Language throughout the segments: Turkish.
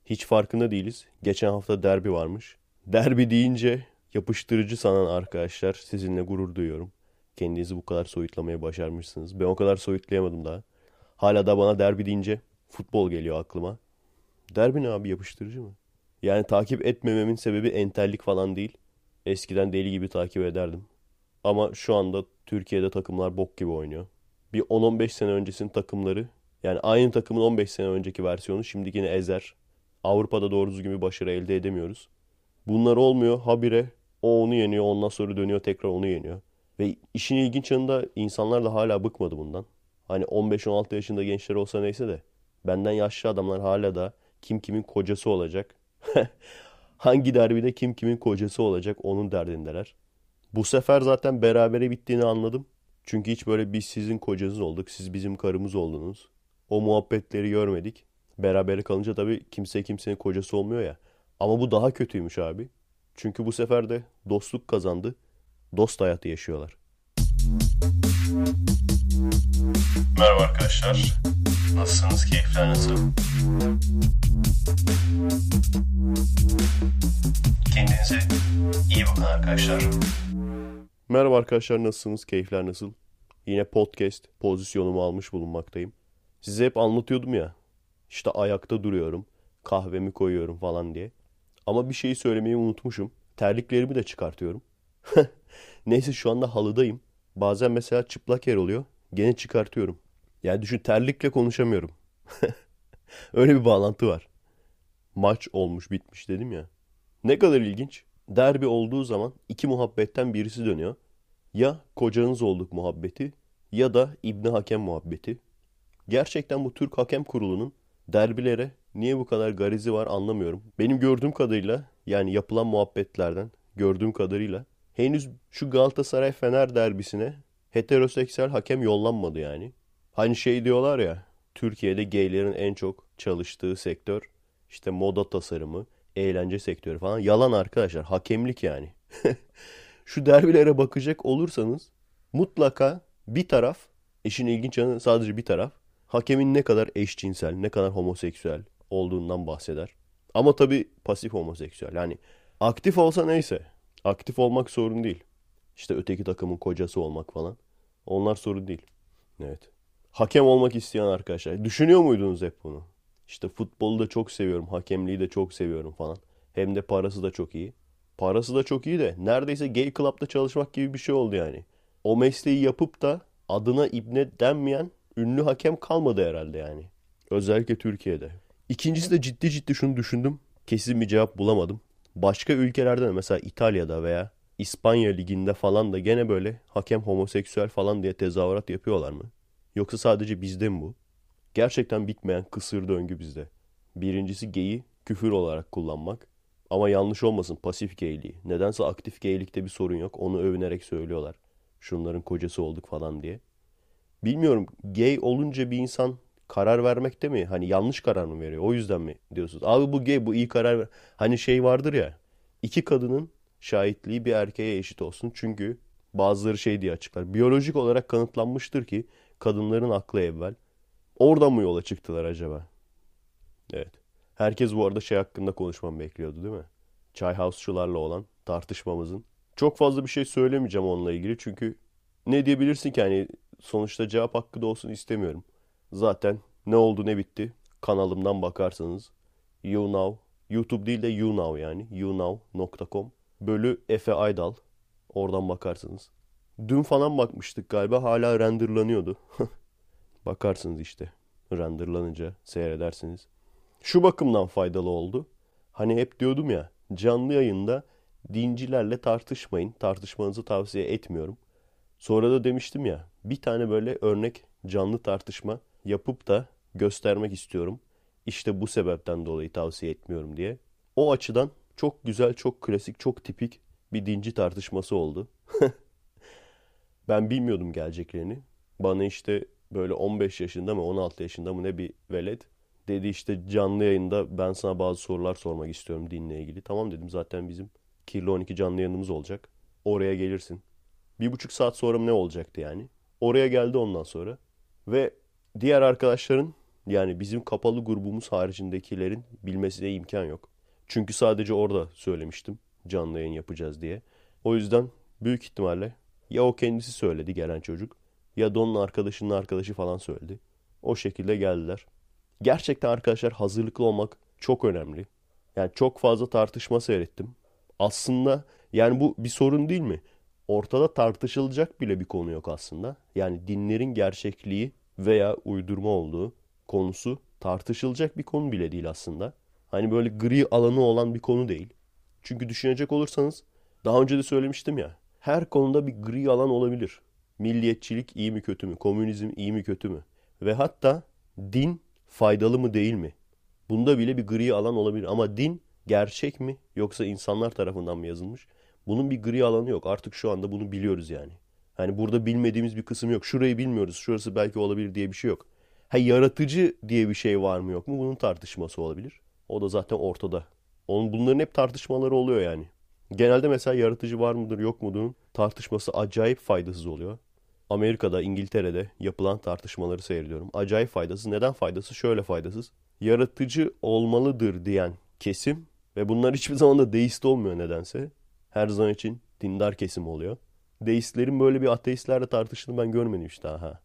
Hiç farkında değiliz. Geçen hafta derbi varmış. Derbi deyince yapıştırıcı sanan arkadaşlar sizinle gurur duyuyorum. Kendinizi bu kadar soyutlamaya başarmışsınız. Ben o kadar soyutlayamadım daha. Hala da bana derbi deyince futbol geliyor aklıma. Derbi ne abi, yapıştırıcı mı? Yani takip etmememin sebebi entellik falan değil. Eskiden deli gibi takip ederdim. Ama şu anda Türkiye'de takımlar bok gibi oynuyor. Bir 10-15 sene öncesinin takımları, yani aynı takımın 15 sene önceki versiyonu şimdikini ezer. Avrupa'da doğru düzgün bir başarı elde edemiyoruz. Bunlar olmuyor. Habire o onu yeniyor. Ondan sonra dönüyor tekrar onu yeniyor. Ve işin ilginç yanında insanlar da hala bıkmadı bundan. Hani 15-16 yaşında gençler olsa neyse de benden yaşlı adamlar hala da kim kimin kocası olacak. Hangi derbide kim kimin kocası olacak onun derdindeler. Bu sefer zaten berabere bittiğini anladım. Çünkü hiç böyle biz sizin kocanız olduk, siz bizim karımız oldunuz. O muhabbetleri görmedik. Berabere kalınca tabii kimse kimsenin kocası olmuyor ya. Ama bu daha kötüymüş abi. Çünkü bu sefer de dostluk kazandı. Dost hayatı yaşıyorlar. Merhaba arkadaşlar. Nasılsınız? Keyifler nasıl? Kendinize iyi bakın arkadaşlar. Merhaba arkadaşlar, nasılsınız? Keyifler nasıl? Yine podcast pozisyonumu almış bulunmaktayım. Size hep anlatıyordum ya. İşte ayakta duruyorum, kahvemi koyuyorum falan diye. Ama bir şeyi söylemeyi unutmuşum. Terliklerimi de çıkartıyorum. Neyse, şu anda halıdayım. Bazen mesela çıplak yer oluyor. Gene çıkartıyorum. Yani düşün, terlikle konuşamıyorum. Öyle bir bağlantı var. Maç olmuş bitmiş dedim ya. Ne kadar ilginç. Derbi olduğu zaman iki muhabbetten birisi dönüyor. Ya kocanız olduk muhabbeti ya da İbni Hakem muhabbeti. Gerçekten bu Türk Hakem Kurulu'nun derbilere niye bu kadar garizi var anlamıyorum. Benim gördüğüm kadarıyla, yani yapılan muhabbetlerden gördüğüm kadarıyla henüz şu Galatasaray Fener derbisine heteroseksüel hakem yollanmadı yani. Hani şey diyorlar ya, Türkiye'de gaylerin en çok çalıştığı sektör işte moda tasarımı, eğlence sektörü falan. Yalan arkadaşlar, hakemlik yani. Şu derbilere bakacak olursanız mutlaka bir taraf, işin ilginç yanı sadece bir taraf, hakemin ne kadar eşcinsel, ne kadar homoseksüel olduğundan bahseder. Ama tabii pasif homoseksüel. Yani aktif olsa neyse. Aktif olmak sorun değil. İşte öteki takımın kocası olmak falan. Onlar sorun değil. Evet. Hakem olmak isteyen arkadaşlar. Düşünüyor muydunuz hep bunu? İşte futbolu da çok seviyorum, hakemliği de çok seviyorum falan. Hem de parası da çok iyi. Parası da çok iyi de neredeyse gay club'da çalışmak gibi bir şey oldu yani. O mesleği yapıp da adına ibne denmeyen ünlü hakem kalmadı herhalde yani. Özellikle Türkiye'de. İkincisi de ciddi ciddi şunu düşündüm. Kesin bir cevap bulamadım. Başka ülkelerde de, mesela İtalya'da veya İspanya liginde falan da gene böyle hakem homoseksüel falan diye tezahürat yapıyorlar mı? Yoksa sadece bizde mi bu? Gerçekten bitmeyen kısır döngü bizde. Birincisi gay'i küfür olarak kullanmak. Ama yanlış olmasın, pasif gayliği. Nedense aktif gaylikte bir sorun yok. Onu övünerek söylüyorlar. Şunların kocası olduk falan diye. Bilmiyorum, gay olunca bir insan karar vermekte mi? Hani yanlış karar mı veriyor? O yüzden mi diyorsunuz? Abi bu gay, bu iyi karar ver. Hani şey vardır ya. İki kadının şahitliği bir erkeğe eşit olsun. Çünkü bazıları şey diye açıklar. Biyolojik olarak kanıtlanmıştır ki kadınların aklı evvel. Oradan mı yola çıktılar acaba? Evet. Herkes bu arada şey hakkında konuşmamı bekliyordu değil mi? Çayhouse'çularla olan tartışmamızın. Çok fazla bir şey söylemeyeceğim onunla ilgili. Çünkü ne diyebilirsin ki, hani sonuçta cevap hakkı da olsun istemiyorum. Zaten ne oldu ne bitti kanalımdan bakarsanız YouNow, YouTube değil de YouNow, yani younow.com bölü Efe Aydal, oradan bakarsanız. Dün falan bakmıştık galiba, hala renderlanıyordu. Bakarsınız işte, renderlanınca seyredersiniz. Şu bakımdan faydalı oldu. Hani hep diyordum ya, canlı yayında dincilerle tartışmayın. Tartışmanızı tavsiye etmiyorum. Sonra da demiştim ya, bir tane böyle örnek canlı tartışma yapıp da göstermek istiyorum. İşte bu sebepten dolayı tavsiye etmiyorum diye. O açıdan çok güzel, çok klasik, çok tipik bir dinci tartışması oldu. Ben bilmiyordum geleceklerini. Bana işte böyle 15 yaşında mı 16 yaşında mı ne bir velet dedi, işte canlı yayında ben sana bazı sorular sormak istiyorum dinle ilgili. Tamam dedim, zaten bizim Kirli 12 canlı yayınımız olacak. Oraya gelirsin. 1,5 saat sonra mı ne olacaktı yani. Oraya geldi ondan sonra. Ve diğer arkadaşların Yani bizim kapalı grubumuz haricindekilerin bilmesine imkan yok. Çünkü sadece orada söylemiştim canlı yayın yapacağız diye. O yüzden büyük ihtimalle ya o kendisi söyledi gelen çocuk ya da onun arkadaşının arkadaşı falan söyledi. O şekilde geldiler. Gerçekten arkadaşlar hazırlıklı olmak çok önemli. Yani çok fazla tartışma seyrettim. Aslında yani bu bir sorun değil mi? Ortada tartışılacak bile bir konu yok aslında. Yani dinlerin gerçekliği veya uydurma olduğu konusu tartışılacak bir konu bile değil aslında. Hani böyle gri alanı olan bir konu değil. Çünkü düşünecek olursanız daha önce de söylemiştim ya. Her konuda bir gri alan olabilir. Milliyetçilik iyi mi kötü mü? Komünizm iyi mi kötü mü? Ve hatta din faydalı mı değil mi? Bunda bile bir gri alan olabilir. Ama din gerçek mi yoksa insanlar tarafından mı yazılmış? Bunun bir gri alanı yok. Artık şu anda bunu biliyoruz yani. Hani burada bilmediğimiz bir kısım yok. Şurayı bilmiyoruz. Şurası belki olabilir diye bir şey yok. Ha yaratıcı diye bir şey var mı yok mu? Bunun tartışması olabilir. O da zaten ortada. Bunların hep tartışmaları oluyor yani. Genelde mesela yaratıcı var mıdır yok mudur tartışması acayip faydasız oluyor. Amerika'da, İngiltere'de yapılan tartışmaları seyrediyorum. Acayip faydasız. Neden faydasız? Şöyle faydasız. Yaratıcı olmalıdır diyen kesim ve bunlar hiçbir zaman da deist olmuyor nedense. Her zaman için dindar kesim oluyor. Deistlerin böyle bir ateistlerle tartıştığını ben görmedim işte aha.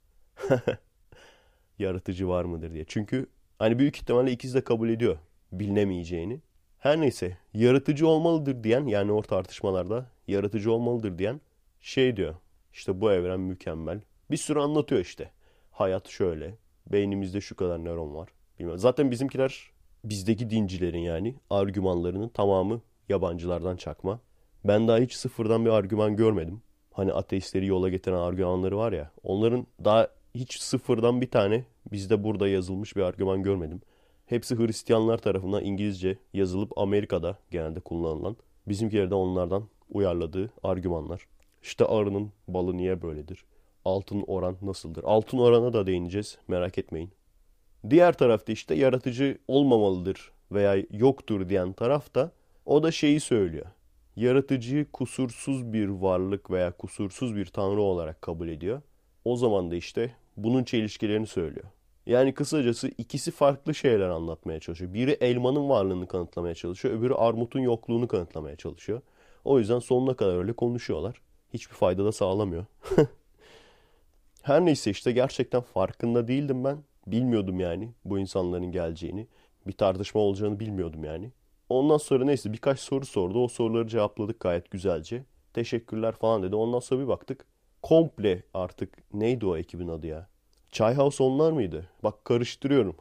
Yaratıcı var mıdır diye. Çünkü hani büyük ihtimalle ikisi de kabul ediyor bilinemeyeceğini. Her neyse yaratıcı olmalıdır diyen yani o tartışmalarda yaratıcı olmalıdır diyen şey diyor. İşte bu evren mükemmel. Bir sürü anlatıyor işte. Hayat şöyle. Beynimizde şu kadar nöron var. Bilmem. Zaten bizimkiler bizdeki dincilerin yani argümanlarının tamamı yabancılardan çakma. Ben daha hiç sıfırdan bir argüman görmedim. Hani ateistleri yola getiren argümanları var ya. Onların daha hiç sıfırdan bir tane bizde burada yazılmış bir argüman görmedim. Hepsi Hristiyanlar tarafından İngilizce yazılıp Amerika'da genelde kullanılan. Bizimkiler de onlardan uyarladığı argümanlar. İşte arının balı niye böyledir? Altın oran nasıldır? Altın orana da değineceğiz merak etmeyin. Diğer tarafta işte yaratıcı olmamalıdır veya yoktur diyen taraf da o da şeyi söylüyor. Yaratıcıyı kusursuz bir varlık veya kusursuz bir tanrı olarak kabul ediyor. O zaman da işte bunun çelişkilerini söylüyor. Yani kısacası ikisi farklı şeyler anlatmaya çalışıyor. Biri elmanın varlığını kanıtlamaya çalışıyor, öbürü armutun yokluğunu kanıtlamaya çalışıyor. O yüzden sonuna kadar öyle konuşuyorlar. Hiçbir fayda da sağlamıyor. Her neyse işte gerçekten farkında değildim ben. Bilmiyordum yani bu insanların geleceğini. Bir tartışma olacağını bilmiyordum yani. Ondan sonra neyse birkaç soru sordu. O soruları cevapladık gayet güzelce. Teşekkürler falan dedi. Ondan sonra bir baktık. Komple artık neydi o ekibin adı ya? Çay House onlar mıydı? Bak karıştırıyorum.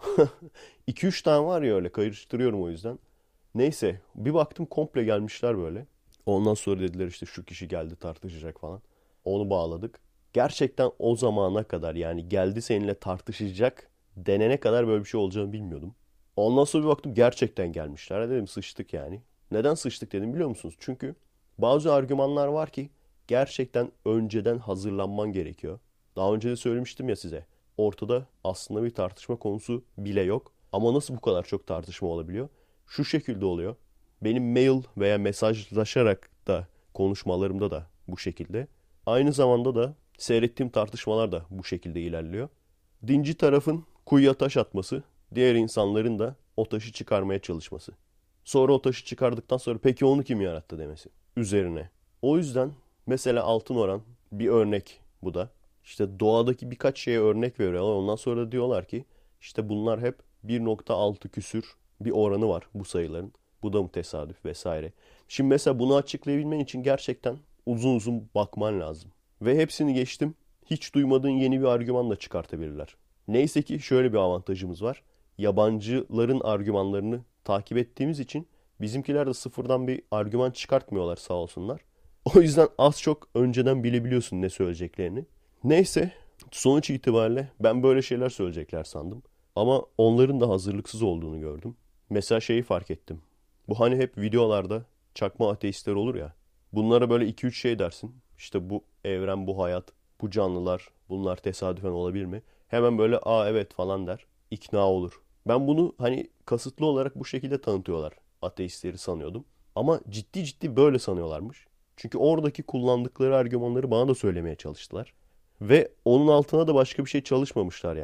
2-3 tane var ya öyle karıştırıyorum o yüzden. Neyse bir baktım komple gelmişler böyle. Ondan sonra dediler işte şu kişi geldi tartışacak falan. Onu bağladık. Gerçekten o zamana kadar yani geldi seninle tartışacak denene kadar böyle bir şey olacağını bilmiyordum. Ondan sonra bir baktım gerçekten gelmişler. Dedim sıçtık yani. Neden sıçtık dedim biliyor musunuz? Çünkü bazı argümanlar var ki gerçekten önceden hazırlanman gerekiyor. Daha önce de söylemiştim ya size. Ortada aslında bir tartışma konusu bile yok. Ama nasıl bu kadar çok tartışma olabiliyor? Şu şekilde oluyor. Benim mail veya mesajlaşarak da konuşmalarımda da bu şekilde. Aynı zamanda da seyrettiğim tartışmalar da bu şekilde ilerliyor. Dinci tarafın kuyuya taş atması, diğer insanların da o taşı çıkarmaya çalışması. Sonra o taşı çıkardıktan sonra peki onu kim yarattı demesi üzerine. O yüzden mesela altın oran bir örnek bu da. İşte doğadaki birkaç şeye örnek veriyorlar. Ondan sonra da diyorlar ki işte bunlar hep 1,6 küsür bir oranı var bu sayıların. Bu da mı tesadüf vesaire. Şimdi mesela bunu açıklayabilmen için gerçekten uzun uzun bakman lazım. Ve hepsini geçtim. Hiç duymadığın yeni bir argüman da çıkartabilirler. Neyse ki şöyle bir avantajımız var. Yabancıların argümanlarını takip ettiğimiz için bizimkiler de sıfırdan bir argüman çıkartmıyorlar sağ olsunlar. O yüzden az çok önceden bilebiliyorsun ne söyleyeceklerini. Neyse sonuç itibariyle ben böyle şeyler söyleyecekler sandım. Ama onların da hazırlıksız olduğunu gördüm. Mesela şeyi fark ettim. Bu hani hep videolarda çakma ateistler olur ya. Bunlara böyle 2-3 şey dersin. İşte bu evren, bu hayat, bu canlılar, bunlar tesadüfen olabilir mi? Hemen böyle aa evet falan der. İkna olur. Ben bunu hani kasıtlı olarak bu şekilde tanıtıyorlar. Ateistleri sanıyordum. Ama ciddi ciddi böyle sanıyorlarmış. Çünkü oradaki kullandıkları argümanları bana da söylemeye çalıştılar. Ve onun altına da başka bir şey çalışmamışlar yani.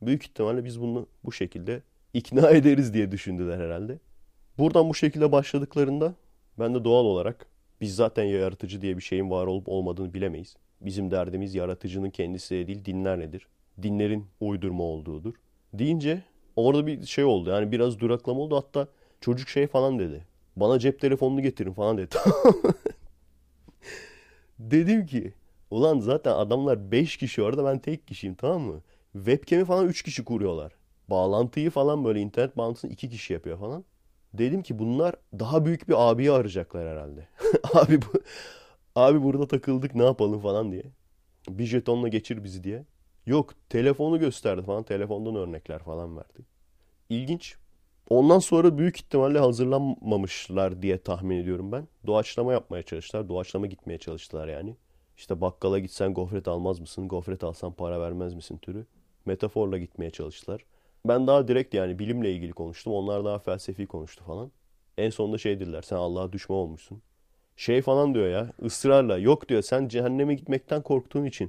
Büyük ihtimalle biz bunu bu şekilde ikna ederiz diye düşündüler herhalde. Buradan bu şekilde başladıklarında ben de doğal olarak biz zaten yaratıcı diye bir şeyin var olup olmadığını bilemeyiz. Bizim derdimiz yaratıcının kendisi de değil, dinler nedir? Dinlerin uydurma olduğudur. Deyince orada bir şey oldu. Yani biraz duraklama oldu. Hatta çocuk şey falan dedi. Bana cep telefonunu getirin falan dedi. Dedim ki ulan zaten adamlar 5 kişi orada, ben tek kişiyim, tamam mı? Webcam'i falan 3 kişi kuruyorlar. Bağlantıyı falan böyle internet bağlantısını 2 kişi yapıyor falan. Dedim ki bunlar daha büyük bir abiyi arayacaklar herhalde. Abi abi burada takıldık ne yapalım falan diye. Bir jetonla geçir bizi diye. Yok, telefonu gösterdi falan. Telefondan örnekler falan verdi. İlginç. Ondan sonra büyük ihtimalle hazırlanmamışlar diye tahmin ediyorum ben. Doğaçlama yapmaya çalıştılar. Doğaçlama gitmeye çalıştılar yani. İşte bakkala gitsen gofret almaz mısın? Gofret alsan para vermez misin türü. Metaforla gitmeye çalıştılar. Ben daha direkt yani bilimle ilgili konuştum. Onlar daha felsefi konuştu falan. En sonunda şey dediler. Sen Allah'a düşman olmuşsun. Şey falan diyor ya, ısrarla. Yok diyor, sen cehenneme gitmekten korktuğun için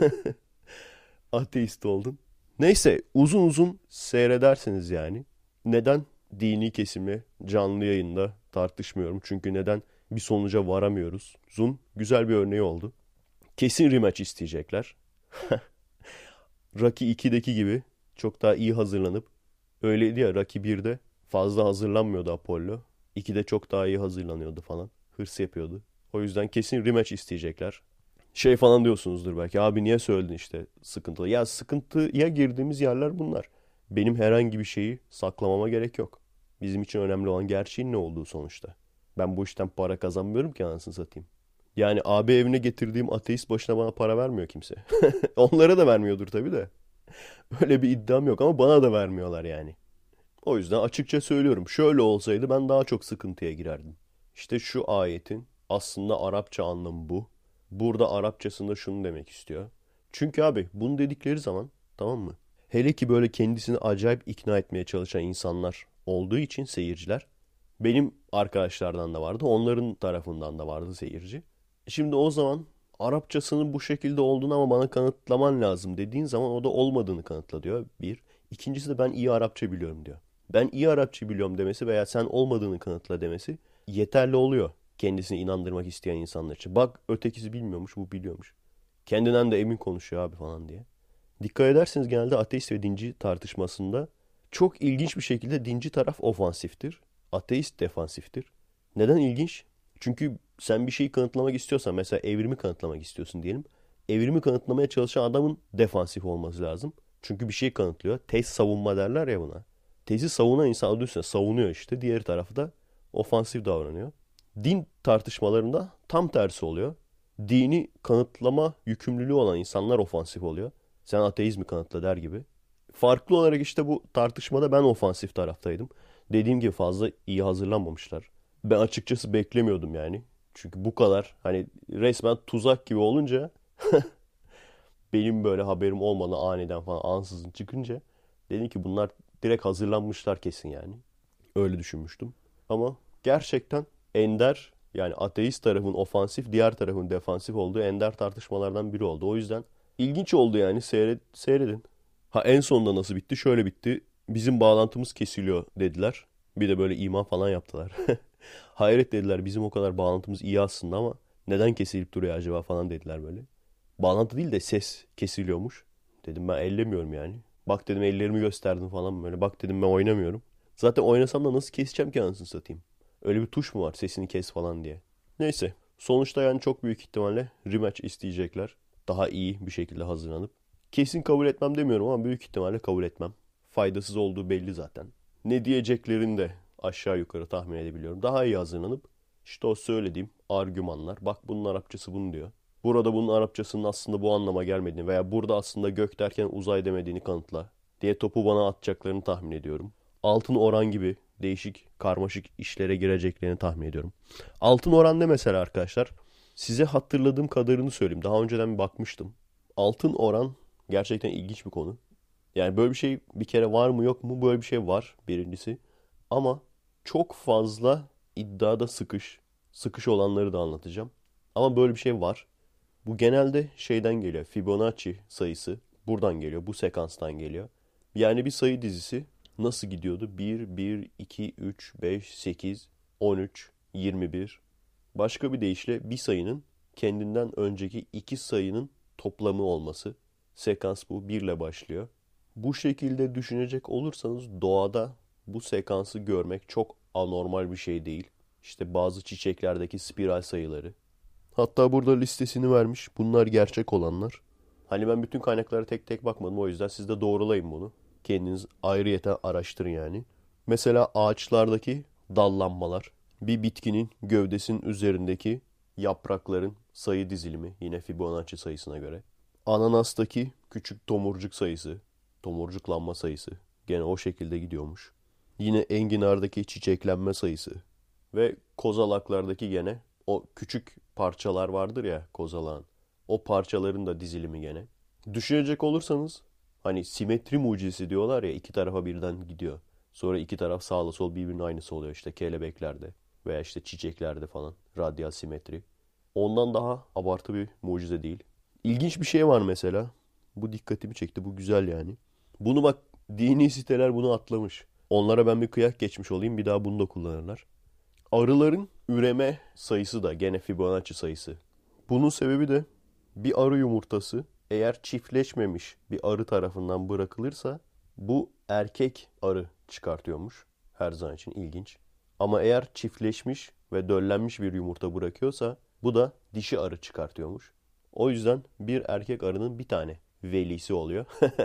ateist oldun. Neyse, uzun uzun seyredersiniz yani. Neden dini kesimi canlı yayında tartışmıyorum. Çünkü neden bir sonuca varamıyoruz. Zoom güzel bir örneği oldu. Kesin rematch isteyecekler. Rocky 2'deki gibi çok daha iyi hazırlanıp, öyleydi ya Rocky 1'de fazla hazırlanmıyordu Apollo. 2'de çok daha iyi hazırlanıyordu falan. Hırs yapıyordu. O yüzden kesin rematch isteyecekler. Şey falan diyorsunuzdur belki. Abi niye söyledin işte sıkıntılı. Ya sıkıntıya girdiğimiz yerler bunlar. Benim herhangi bir şeyi saklamama gerek yok. Bizim için önemli olan gerçeğin ne olduğu sonuçta. Ben bu işten para kazanmıyorum ki anasını satayım. Yani abi evine getirdiğim ateist başına bana para vermiyor kimse. Onlara da vermiyordur tabii de. Öyle bir iddiam yok ama bana da vermiyorlar yani. O yüzden açıkça söylüyorum. Şöyle olsaydı ben daha çok sıkıntıya girerdim. İşte şu ayetin aslında Arapça anlamı bu. Burada Arapçasında şunu demek istiyor. Çünkü abi bunu dedikleri zaman, tamam mı? Hele ki böyle kendisini acayip ikna etmeye çalışan insanlar olduğu için seyirciler. Benim arkadaşlardan da vardı. Onların tarafından da vardı seyirci. Şimdi o zaman Arapçasının bu şekilde olduğunu ama bana kanıtlaman lazım dediğin zaman o da olmadığını kanıtla diyor. Bir. İkincisi de ben iyi Arapça biliyorum diyor. Ben iyi Arapça biliyorum demesi veya sen olmadığını kanıtla demesi yeterli oluyor kendisini inandırmak isteyen insanlar için. Bak ötekisi bilmiyormuş, bu biliyormuş. Kendinden de emin konuşuyor abi falan diye. Dikkat ederseniz genelde ateist ve dinci tartışmasında çok ilginç bir şekilde dinci taraf ofansiftir. Ateist defansiftir. Neden ilginç? Çünkü sen bir şeyi kanıtlamak istiyorsan, mesela evrimi kanıtlamak istiyorsun diyelim. Evrimi kanıtlamaya çalışan adamın defansif olması lazım. Çünkü bir şey kanıtlıyor. Tez savunma derler ya buna. Tezi savunan insan adı üstünde savunuyor işte. Diğer tarafı da ofansif davranıyor. Din tartışmalarında tam tersi oluyor. Dini kanıtlama yükümlülüğü olan insanlar ofansif oluyor. Sen ateizmi kanıtla der gibi. Farklı olarak işte bu tartışmada ben ofansif taraftaydım. Dediğim gibi fazla iyi hazırlanmamışlar. Ben açıkçası beklemiyordum yani. Çünkü bu kadar hani resmen tuzak gibi olunca benim böyle haberim olmadan aniden falan ansızın çıkınca dedim ki bunlar direkt hazırlanmışlar kesin yani. Öyle düşünmüştüm. Ama gerçekten ender, yani ateist tarafın ofansif, diğer tarafın defansif olduğu ender tartışmalardan biri oldu. O yüzden ilginç oldu yani, seyredin. Ha, en sonunda nasıl bitti? Şöyle bitti. Bizim bağlantımız kesiliyor dediler. Bir de böyle iman falan yaptılar. Hayret dediler, bizim o kadar bağlantımız iyi aslında ama neden kesilip duruyor acaba falan dediler böyle. Bağlantı değil de ses kesiliyormuş. Dedim ben ellemiyorum yani. Bak dedim, ellerimi gösterdim falan böyle. Bak dedim ben oynamıyorum. Zaten oynasam da nasıl keseceğim ki anasını satayım. Öyle bir tuş mu var sesini kes falan diye. Neyse. Sonuçta yani çok büyük ihtimalle rematch isteyecekler. Daha iyi bir şekilde hazırlanıp. Kesin kabul etmem demiyorum ama büyük ihtimalle kabul etmem. Faydasız olduğu belli zaten. Ne diyeceklerini de aşağı yukarı tahmin edebiliyorum. Daha iyi hazırlanıp işte o söylediğim argümanlar. Bak bunun Arapçası bunu diyor. Burada bunun Arapçasının aslında bu anlama gelmediğini veya burada aslında gök derken uzay demediğini kanıtla diye topu bana atacaklarını tahmin ediyorum. Altın oran gibi değişik karmaşık işlere gireceklerini tahmin ediyorum. Altın oran ne mesela arkadaşlar? Size hatırladığım kadarını söyleyeyim. Daha önceden bir bakmıştım. Altın oran gerçekten ilginç bir konu. Yani böyle bir şey bir kere var mı yok mu? Böyle bir şey var birincisi. Ama çok fazla iddiada sıkış. Sıkış olanları da anlatacağım. Ama böyle bir şey var. Bu genelde şeyden geliyor. Fibonacci sayısı buradan geliyor. Bu sekanstan geliyor. Yani bir sayı dizisi nasıl gidiyordu? 1, 1, 2, 3, 5, 8, 13, 21. Başka bir deyişle bir sayının kendinden önceki iki sayının toplamı olması. Sekans bu. 1 ile başlıyor. Bu şekilde düşünecek olursanız doğada bu sekansı görmek çok anormal bir şey değil. İşte bazı çiçeklerdeki spiral sayıları. Hatta burada listesini vermiş. Bunlar gerçek olanlar. Hani ben bütün kaynaklara tek tek bakmadım, o yüzden siz de doğrulayın bunu. Kendiniz ayrıyeten araştırın yani. Mesela ağaçlardaki dallanmalar. Bir bitkinin gövdesinin üzerindeki yaprakların sayı dizilimi yine Fibonacci sayısına göre. Ananastaki küçük tomurcuk sayısı, tomurcuklanma sayısı gene o şekilde gidiyormuş. Yine enginardaki çiçeklenme sayısı ve kozalaklardaki gene o küçük parçalar vardır ya kozalağın. O parçaların da dizilimi gene. Düşünecek olursanız hani simetri mucizesi diyorlar ya, iki tarafa birden gidiyor. Sonra iki taraf sağla sol birbirinin aynısı oluyor işte kelebeklerde veya işte çiçeklerde falan. Radyal simetri. Ondan daha abartı bir mucize değil. İlginç bir şey var mesela. Bu dikkatimi çekti. Bu güzel yani. Bunu bak, dini siteler bunu atlamış. Onlara ben bir kıyak geçmiş olayım. Bir daha bunu da kullanırlar. Arıların üreme sayısı da gene Fibonacci sayısı. Bunun sebebi de bir arı yumurtası eğer çiftleşmemiş bir arı tarafından bırakılırsa bu erkek arı çıkartıyormuş. Her zaman için ilginç. Ama eğer çiftleşmiş ve döllenmiş bir yumurta bırakıyorsa bu da dişi arı çıkartıyormuş. O yüzden bir erkek arının bir tane velisi oluyor.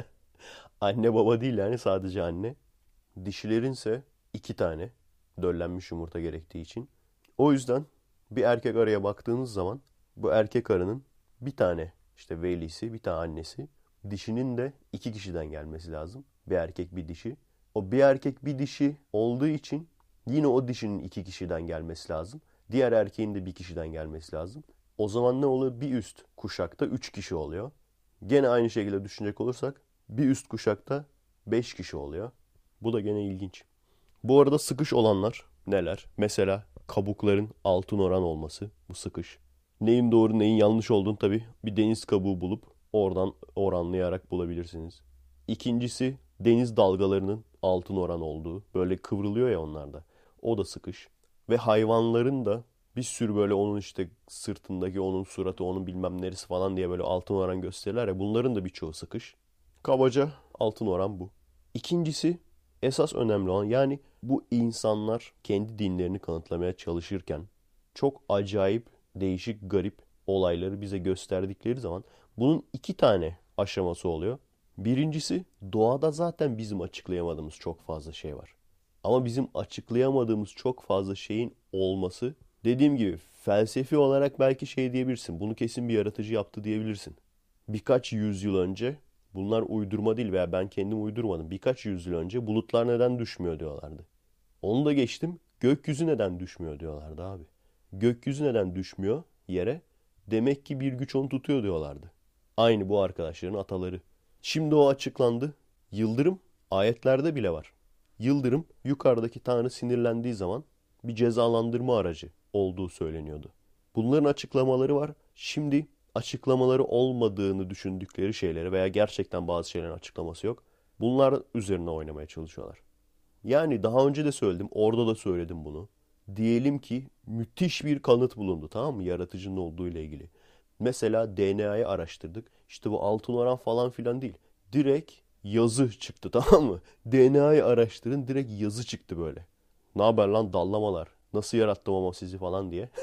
Anne baba değil yani, sadece anne. Dişilerinse iki tane döllenmiş yumurta gerektiği için. O yüzden bir erkek arıya baktığınız zaman bu erkek arının bir tane işte velisi, bir tane annesi. Dişinin de iki kişiden gelmesi lazım. Bir erkek bir dişi. O bir erkek bir dişi olduğu için yine o dişinin iki kişiden gelmesi lazım. Diğer erkeğin de bir kişiden gelmesi lazım. O zaman ne oluyor? Bir üst kuşakta 3 kişi oluyor. Gene aynı şekilde düşünecek olursak bir üst kuşakta 5 kişi oluyor. Bu da gene ilginç. Bu arada sıkış olanlar neler? Mesela kabukların altın oran olması, bu sıkış. Neyin doğru neyin yanlış olduğunu tabii bir deniz kabuğu bulup oradan oranlayarak bulabilirsiniz. İkincisi deniz dalgalarının altın oran olduğu. Böyle kıvrılıyor ya onlarda. O da sıkış. Ve hayvanların da bir sürü böyle onun işte sırtındaki, onun suratı, onun bilmem neresi falan diye böyle altın oran gösterirler ya. Bunların da birçoğu sıkış. Kabaca altın oran bu. İkincisi esas önemli olan, yani bu insanlar kendi dinlerini kanıtlamaya çalışırken çok acayip, değişik, garip olayları bize gösterdikleri zaman bunun iki tane aşaması oluyor. Birincisi, doğada zaten bizim açıklayamadığımız çok fazla şey var. Ama bizim açıklayamadığımız çok fazla şeyin olması, dediğim gibi felsefi olarak belki şey diyebilirsin. Bunu kesin bir yaratıcı yaptı diyebilirsin. Birkaç yüzyıl önce, bunlar uydurma değil veya ben kendim uydurmadım. Birkaç yüzyıl önce bulutlar neden düşmüyor diyorlardı. Onu da geçtim. Gökyüzü neden düşmüyor diyorlardı abi. Gökyüzü neden düşmüyor yere? Demek ki bir güç onu tutuyor diyorlardı. Aynı bu arkadaşların ataları. Şimdi o açıklandı. Yıldırım ayetlerde bile var. Yıldırım yukarıdaki tanrı sinirlendiği zaman bir cezalandırma aracı olduğu söyleniyordu. Bunların açıklamaları var. Şimdi açıklamaları olmadığını düşündükleri şeyleri veya gerçekten bazı şeylerin açıklaması yok. Bunlar üzerine oynamaya çalışıyorlar. Yani daha önce de söyledim, orada da söyledim bunu. Diyelim ki müthiş bir kanıt bulundu, tamam mı? Yaratıcının olduğu ile ilgili. Mesela DNA'yı araştırdık. İşte bu altın oran falan filan değil. Direkt yazı çıktı, tamam mı? DNA'yı araştırın, direkt yazı çıktı böyle. Ne haber lan dallamalar? Nasıl yarattım ama sizi falan diye.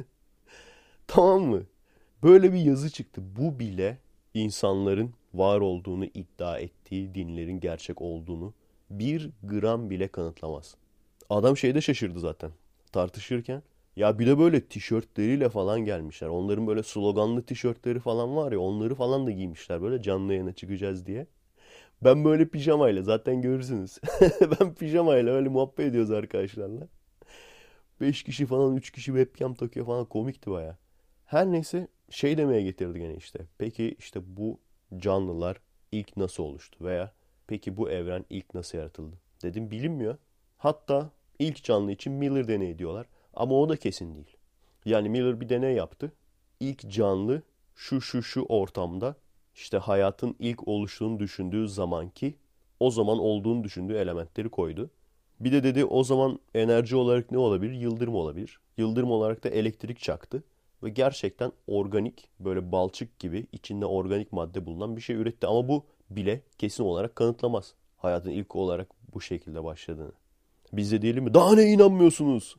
Tamam mı? Böyle bir yazı çıktı. Bu bile insanların var olduğunu iddia ettiği dinlerin gerçek olduğunu bir gram bile kanıtlamaz. Adam şeyde şaşırdı zaten tartışırken. Ya bir de böyle tişörtleriyle falan gelmişler. Onların böyle sloganlı tişörtleri falan var ya, onları falan da giymişler böyle canlı yayına çıkacağız diye. Ben böyle pijamayla, zaten görürsünüz. Ben pijamayla öyle muhabbet ediyoruz arkadaşlarla. 5 kişi falan, 3 kişi webcam takıyor falan, komikti baya. Her neyse, şey demeye getirdi gene işte. Peki işte bu canlılar ilk nasıl oluştu veya peki bu evren ilk nasıl yaratıldı? Dedim bilinmiyor. Hatta ilk canlı için Miller deneyi diyorlar. Ama o da kesin değil. Yani Miller bir deney yaptı. İlk canlı şu ortamda işte hayatın ilk oluştuğunu düşündüğü zamanki O zaman olduğunu düşündüğü elementleri koydu. Bir de dedi o zaman enerji olarak ne olabilir? Yıldırım olabilir. Yıldırım olarak da elektrik çaktı. Ve gerçekten organik, böyle balçık gibi içinde organik madde bulunan bir şey üretti. Ama bu bile kesin olarak kanıtlamaz hayatın ilk olarak bu şekilde başladığını. Biz de diyelim mi? Daha ne inanmıyorsunuz?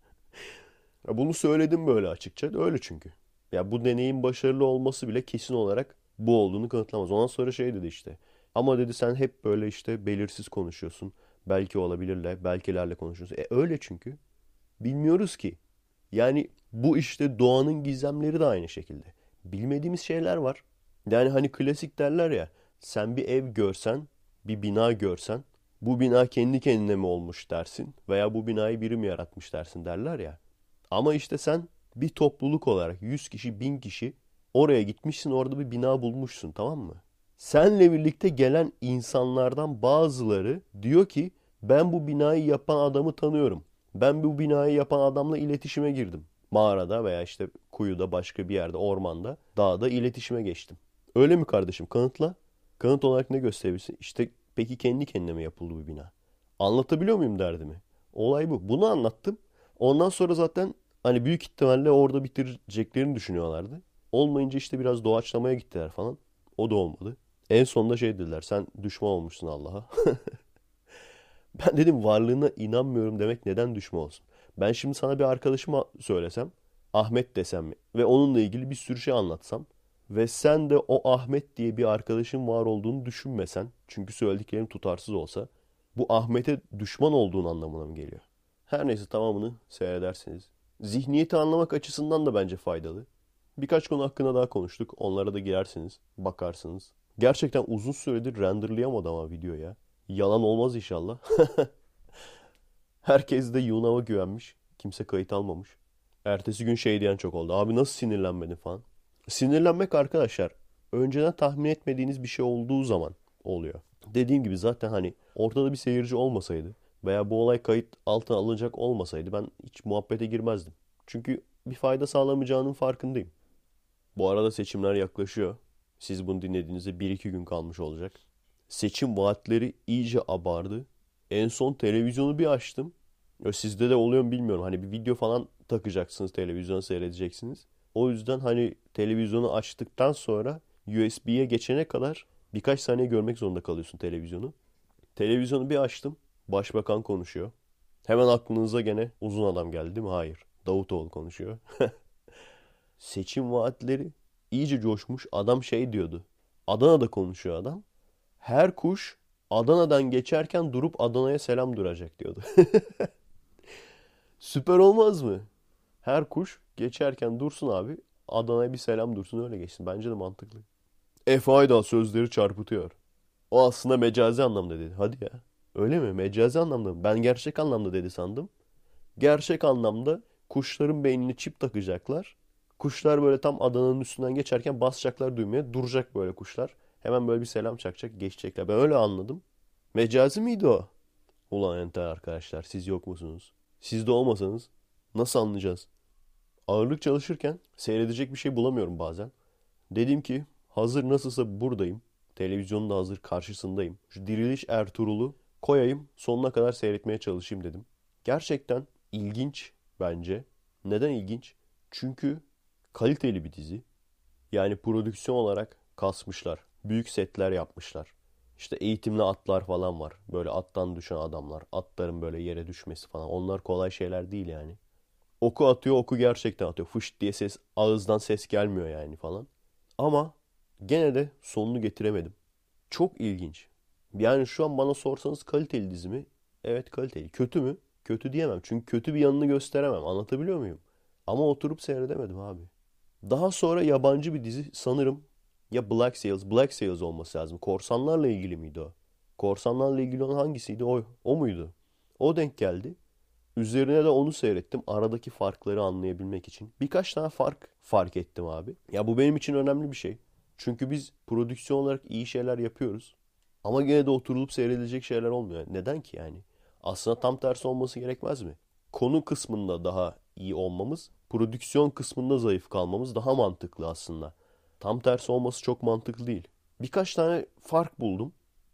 Bunu söyledim böyle açıkça. Öyle çünkü. Ya bu deneyin başarılı olması bile kesin olarak bu olduğunu kanıtlamaz. Ondan sonra şey dedi işte. Ama dedi sen hep böyle işte belirsiz konuşuyorsun. Belki olabilirle, belkilerle konuşuyorsun. Öyle çünkü. Bilmiyoruz ki. Yani bu işte doğanın gizemleri de aynı şekilde. Bilmediğimiz şeyler var. Yani hani klasik derler ya. Sen bir ev görsen, bir bina görsen, bu bina kendi kendine mi olmuş dersin veya bu binayı biri mi yaratmış dersin derler ya. Ama işte sen bir topluluk olarak 100 kişi, 1000 kişi oraya gitmişsin, orada bir bina bulmuşsun, tamam mı? Senle birlikte gelen insanlardan bazıları diyor ki ben bu binayı yapan adamı tanıyorum. Ben bu binayı yapan adamla iletişime girdim. Mağarada veya işte kuyuda, başka bir yerde, ormanda, dağda iletişime geçtim. Öyle mi kardeşim? Kanıtla. Kanıt olarak ne gösterebilirsin? İşte peki kendi kendine mi yapıldı bu bina? Anlatabiliyor muyum derdimi? Olay bu. Bunu anlattım. Ondan sonra zaten hani büyük ihtimalle orada bitireceklerini düşünüyorlardı. Olmayınca işte biraz doğaçlamaya gittiler falan. O da olmadı. En sonunda şey dediler. Sen düşman olmuşsun Allah'a. Ben dedim varlığına inanmıyorum demek neden düşman olsun? Ben şimdi sana bir arkadaşıma söylesem, Ahmet desem ve onunla ilgili bir sürü şey anlatsam ve sen de o Ahmet diye bir arkadaşın var olduğunu düşünmesen, çünkü söylediklerim tutarsız olsa, bu Ahmet'e düşman olduğun anlamına mı geliyor? Her neyse tamamını seyredersiniz. Zihniyeti anlamak açısından da bence faydalı. Birkaç konu hakkında daha konuştuk. Onlara da girersiniz, bakarsınız. Gerçekten uzun süredir renderlayamadı ama video ya. Yalan olmaz inşallah. Herkes de Yunav'a güvenmiş. Kimse kayıt almamış. Ertesi gün şey diyen çok oldu. Abi nasıl sinirlenmedin falan. Sinirlenmek arkadaşlar önceden tahmin etmediğiniz bir şey olduğu zaman oluyor. Dediğim gibi zaten hani ortada bir seyirci olmasaydı veya bu olay kayıt altına alınacak olmasaydı ben hiç muhabbete girmezdim. Çünkü bir fayda sağlamayacağının farkındayım. Bu arada seçimler yaklaşıyor. Siz bunu dinlediğinizde bir iki gün kalmış olacak. Seçim vaatleri iyice abardı. En son televizyonu bir açtım. Sizde de oluyor mu bilmiyorum. Hani bir video falan takacaksınız, televizyona seyredeceksiniz. O yüzden hani televizyonu açtıktan sonra USB'ye geçene kadar birkaç saniye görmek zorunda kalıyorsun televizyonu. Televizyonu bir açtım. Başbakan konuşuyor. Hemen aklınıza gene uzun adam geldi değil mi? Hayır. Davutoğlu konuşuyor. Seçim vaatleri iyice coşmuş. Adam şey diyordu. Adana'da konuşuyor adam. Her kuş Adana'dan geçerken durup Adana'ya selam duracak diyordu. Süper olmaz mı? Her kuş geçerken dursun abi. Adana'ya bir selam dursun öyle geçsin. Bence de mantıklı. Efe Aydal sözleri çarpıtıyor. O aslında mecazi anlamda dedi. Hadi ya. Öyle mi? Mecazi anlamda mı? Ben gerçek anlamda dedi sandım. Gerçek anlamda kuşların beynine çip takacaklar. Kuşlar böyle tam Adana'nın üstünden geçerken basacaklar düğmeye. Duracak böyle kuşlar. Hemen böyle bir selam çakacak, geçecekler. Ben öyle anladım. Mecazi miydi o? Ulan enter arkadaşlar, siz yok musunuz? Siz de olmasanız nasıl anlayacağız? Ağırlık çalışırken seyredecek bir şey bulamıyorum bazen. Dedim ki hazır nasılsa buradayım. Televizyonun da hazır karşısındayım. Şu Diriliş Ertuğrul'u koyayım, sonuna kadar seyretmeye çalışayım dedim. Gerçekten ilginç bence. Neden ilginç? Çünkü kaliteli bir dizi. Yani prodüksiyon olarak kasmışlar. Büyük setler yapmışlar. İşte eğitimli atlar falan var. Böyle attan düşen adamlar. Atların böyle yere düşmesi falan. Onlar kolay şeyler değil yani. Oku atıyor, oku gerçekten atıyor. Fış diye ses, ağızdan ses gelmiyor yani falan. Ama gene de sonunu getiremedim. Çok ilginç. Yani şu an bana sorsanız kaliteli dizi mi? Evet kaliteli. Kötü mü? Kötü diyemem. Çünkü kötü bir yanını gösteremem. Anlatabiliyor muyum? Ama oturup seyredemedim abi. Daha sonra yabancı bir dizi sanırım ya Black Sails, Black Sails olması lazım. Korsanlarla ilgili miydi o? Korsanlarla ilgili olan hangisiydi? O muydu? O denk geldi. Üzerine de onu seyrettim. Aradaki farkları anlayabilmek için. Birkaç tane fark ettim abi. Ya bu benim için önemli bir şey. Çünkü biz prodüksiyon olarak iyi şeyler yapıyoruz. Ama gene de oturulup seyredilecek şeyler olmuyor. Neden ki yani? Aslında tam tersi olması gerekmez mi? Konu kısmında daha iyi olmamız, prodüksiyon kısmında zayıf kalmamız daha mantıklı aslında. Tam tersi olması çok mantıklı değil. Birkaç tane fark buldum.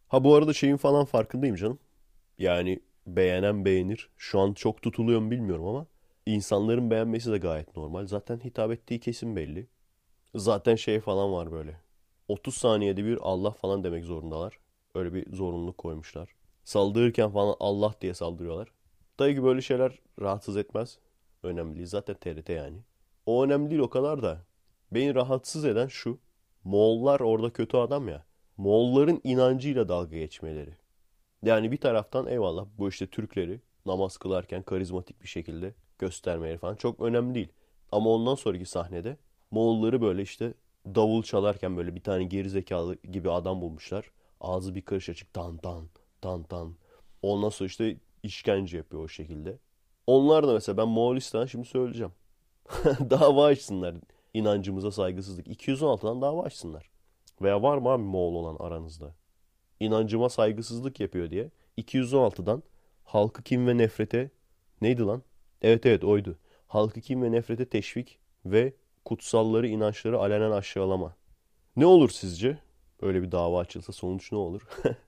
Ha bu arada şeyin falan farkındayım canım. Yani beğenen beğenir. Şu an çok tutuluyor mu bilmiyorum ama insanların beğenmesi de gayet normal. Zaten hitap ettiği kesim belli. Zaten şey falan var böyle. 30 saniyede bir Allah falan demek zorundalar. Öyle bir zorunluluk koymuşlar. Saldırırken falan Allah diye saldırıyorlar. Tabii ki böyle şeyler rahatsız etmez. Önemli değil. Zaten TRT yani. O önemli değil o kadar da. Beni rahatsız eden şu. Moğollar orada kötü adam ya. Moğolların inancıyla dalga geçmeleri. Yani bir taraftan eyvallah bu işte Türkleri namaz kılarken karizmatik bir şekilde göstermeleri falan çok önemli değil. Ama ondan sonraki sahnede Moğolları böyle işte davul çalarken böyle bir tane gerizekalı gibi adam bulmuşlar. Ağzı bir karış açık tan tan tan tan. Ondan sonra işte işkence yapıyor o şekilde. Onlar da mesela ben Moğolistan şimdi söyleyeceğim. Dava açsınlar inancımıza saygısızlık. 216'dan dava açsınlar. Veya var mı abi Moğol olan aranızda? İnancıma saygısızlık yapıyor diye 216'dan halkı kin ve nefrete neydi lan? Evet evet oydu. Halkı kin ve nefrete teşvik ve kutsalları inançları alenen aşağılama. Ne olur sizce? Öyle bir dava açılsa sonuç ne olur?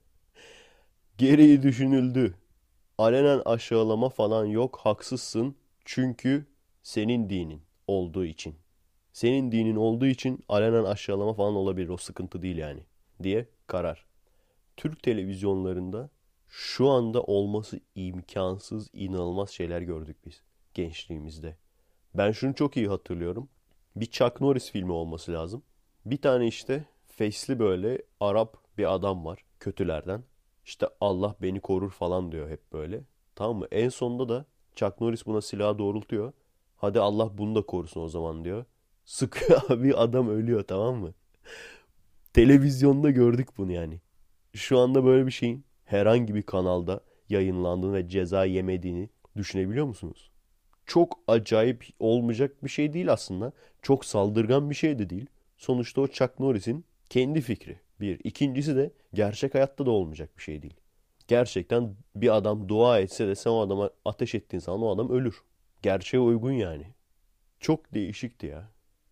Gereği düşünüldü. Alenen aşağılama falan yok haksızsın çünkü senin dinin olduğu için. Senin dinin olduğu için alenen aşağılama falan olabilir o sıkıntı değil yani diye karar. Türk televizyonlarında şu anda olması imkansız, inanılmaz şeyler gördük biz gençliğimizde. Ben şunu çok iyi hatırlıyorum. Bir Chuck Norris filmi olması lazım. Bir tane işte fesli böyle Arap bir adam var kötülerden. İşte Allah beni korur falan diyor hep böyle. Tamam mı? En sonunda da Chuck Norris buna silahı doğrultuyor. Hadi Allah bunu da korusun o zaman diyor. Sıkıyor abi adam ölüyor tamam mı? Televizyonda gördük bunu yani. Şu anda böyle bir şeyin herhangi bir kanalda yayınlandığını ve ceza yemediğini düşünebiliyor musunuz? Çok acayip olmayacak bir şey değil aslında. Çok saldırgan bir şey de değil. Sonuçta o Chuck Norris'in kendi fikri. Bir. İkincisi de gerçek hayatta da olmayacak bir şey değil. Gerçekten bir adam dua etse de sen o adama ateş ettiğin zaman o adam ölür. Gerçeğe uygun yani. Çok değişikti ya.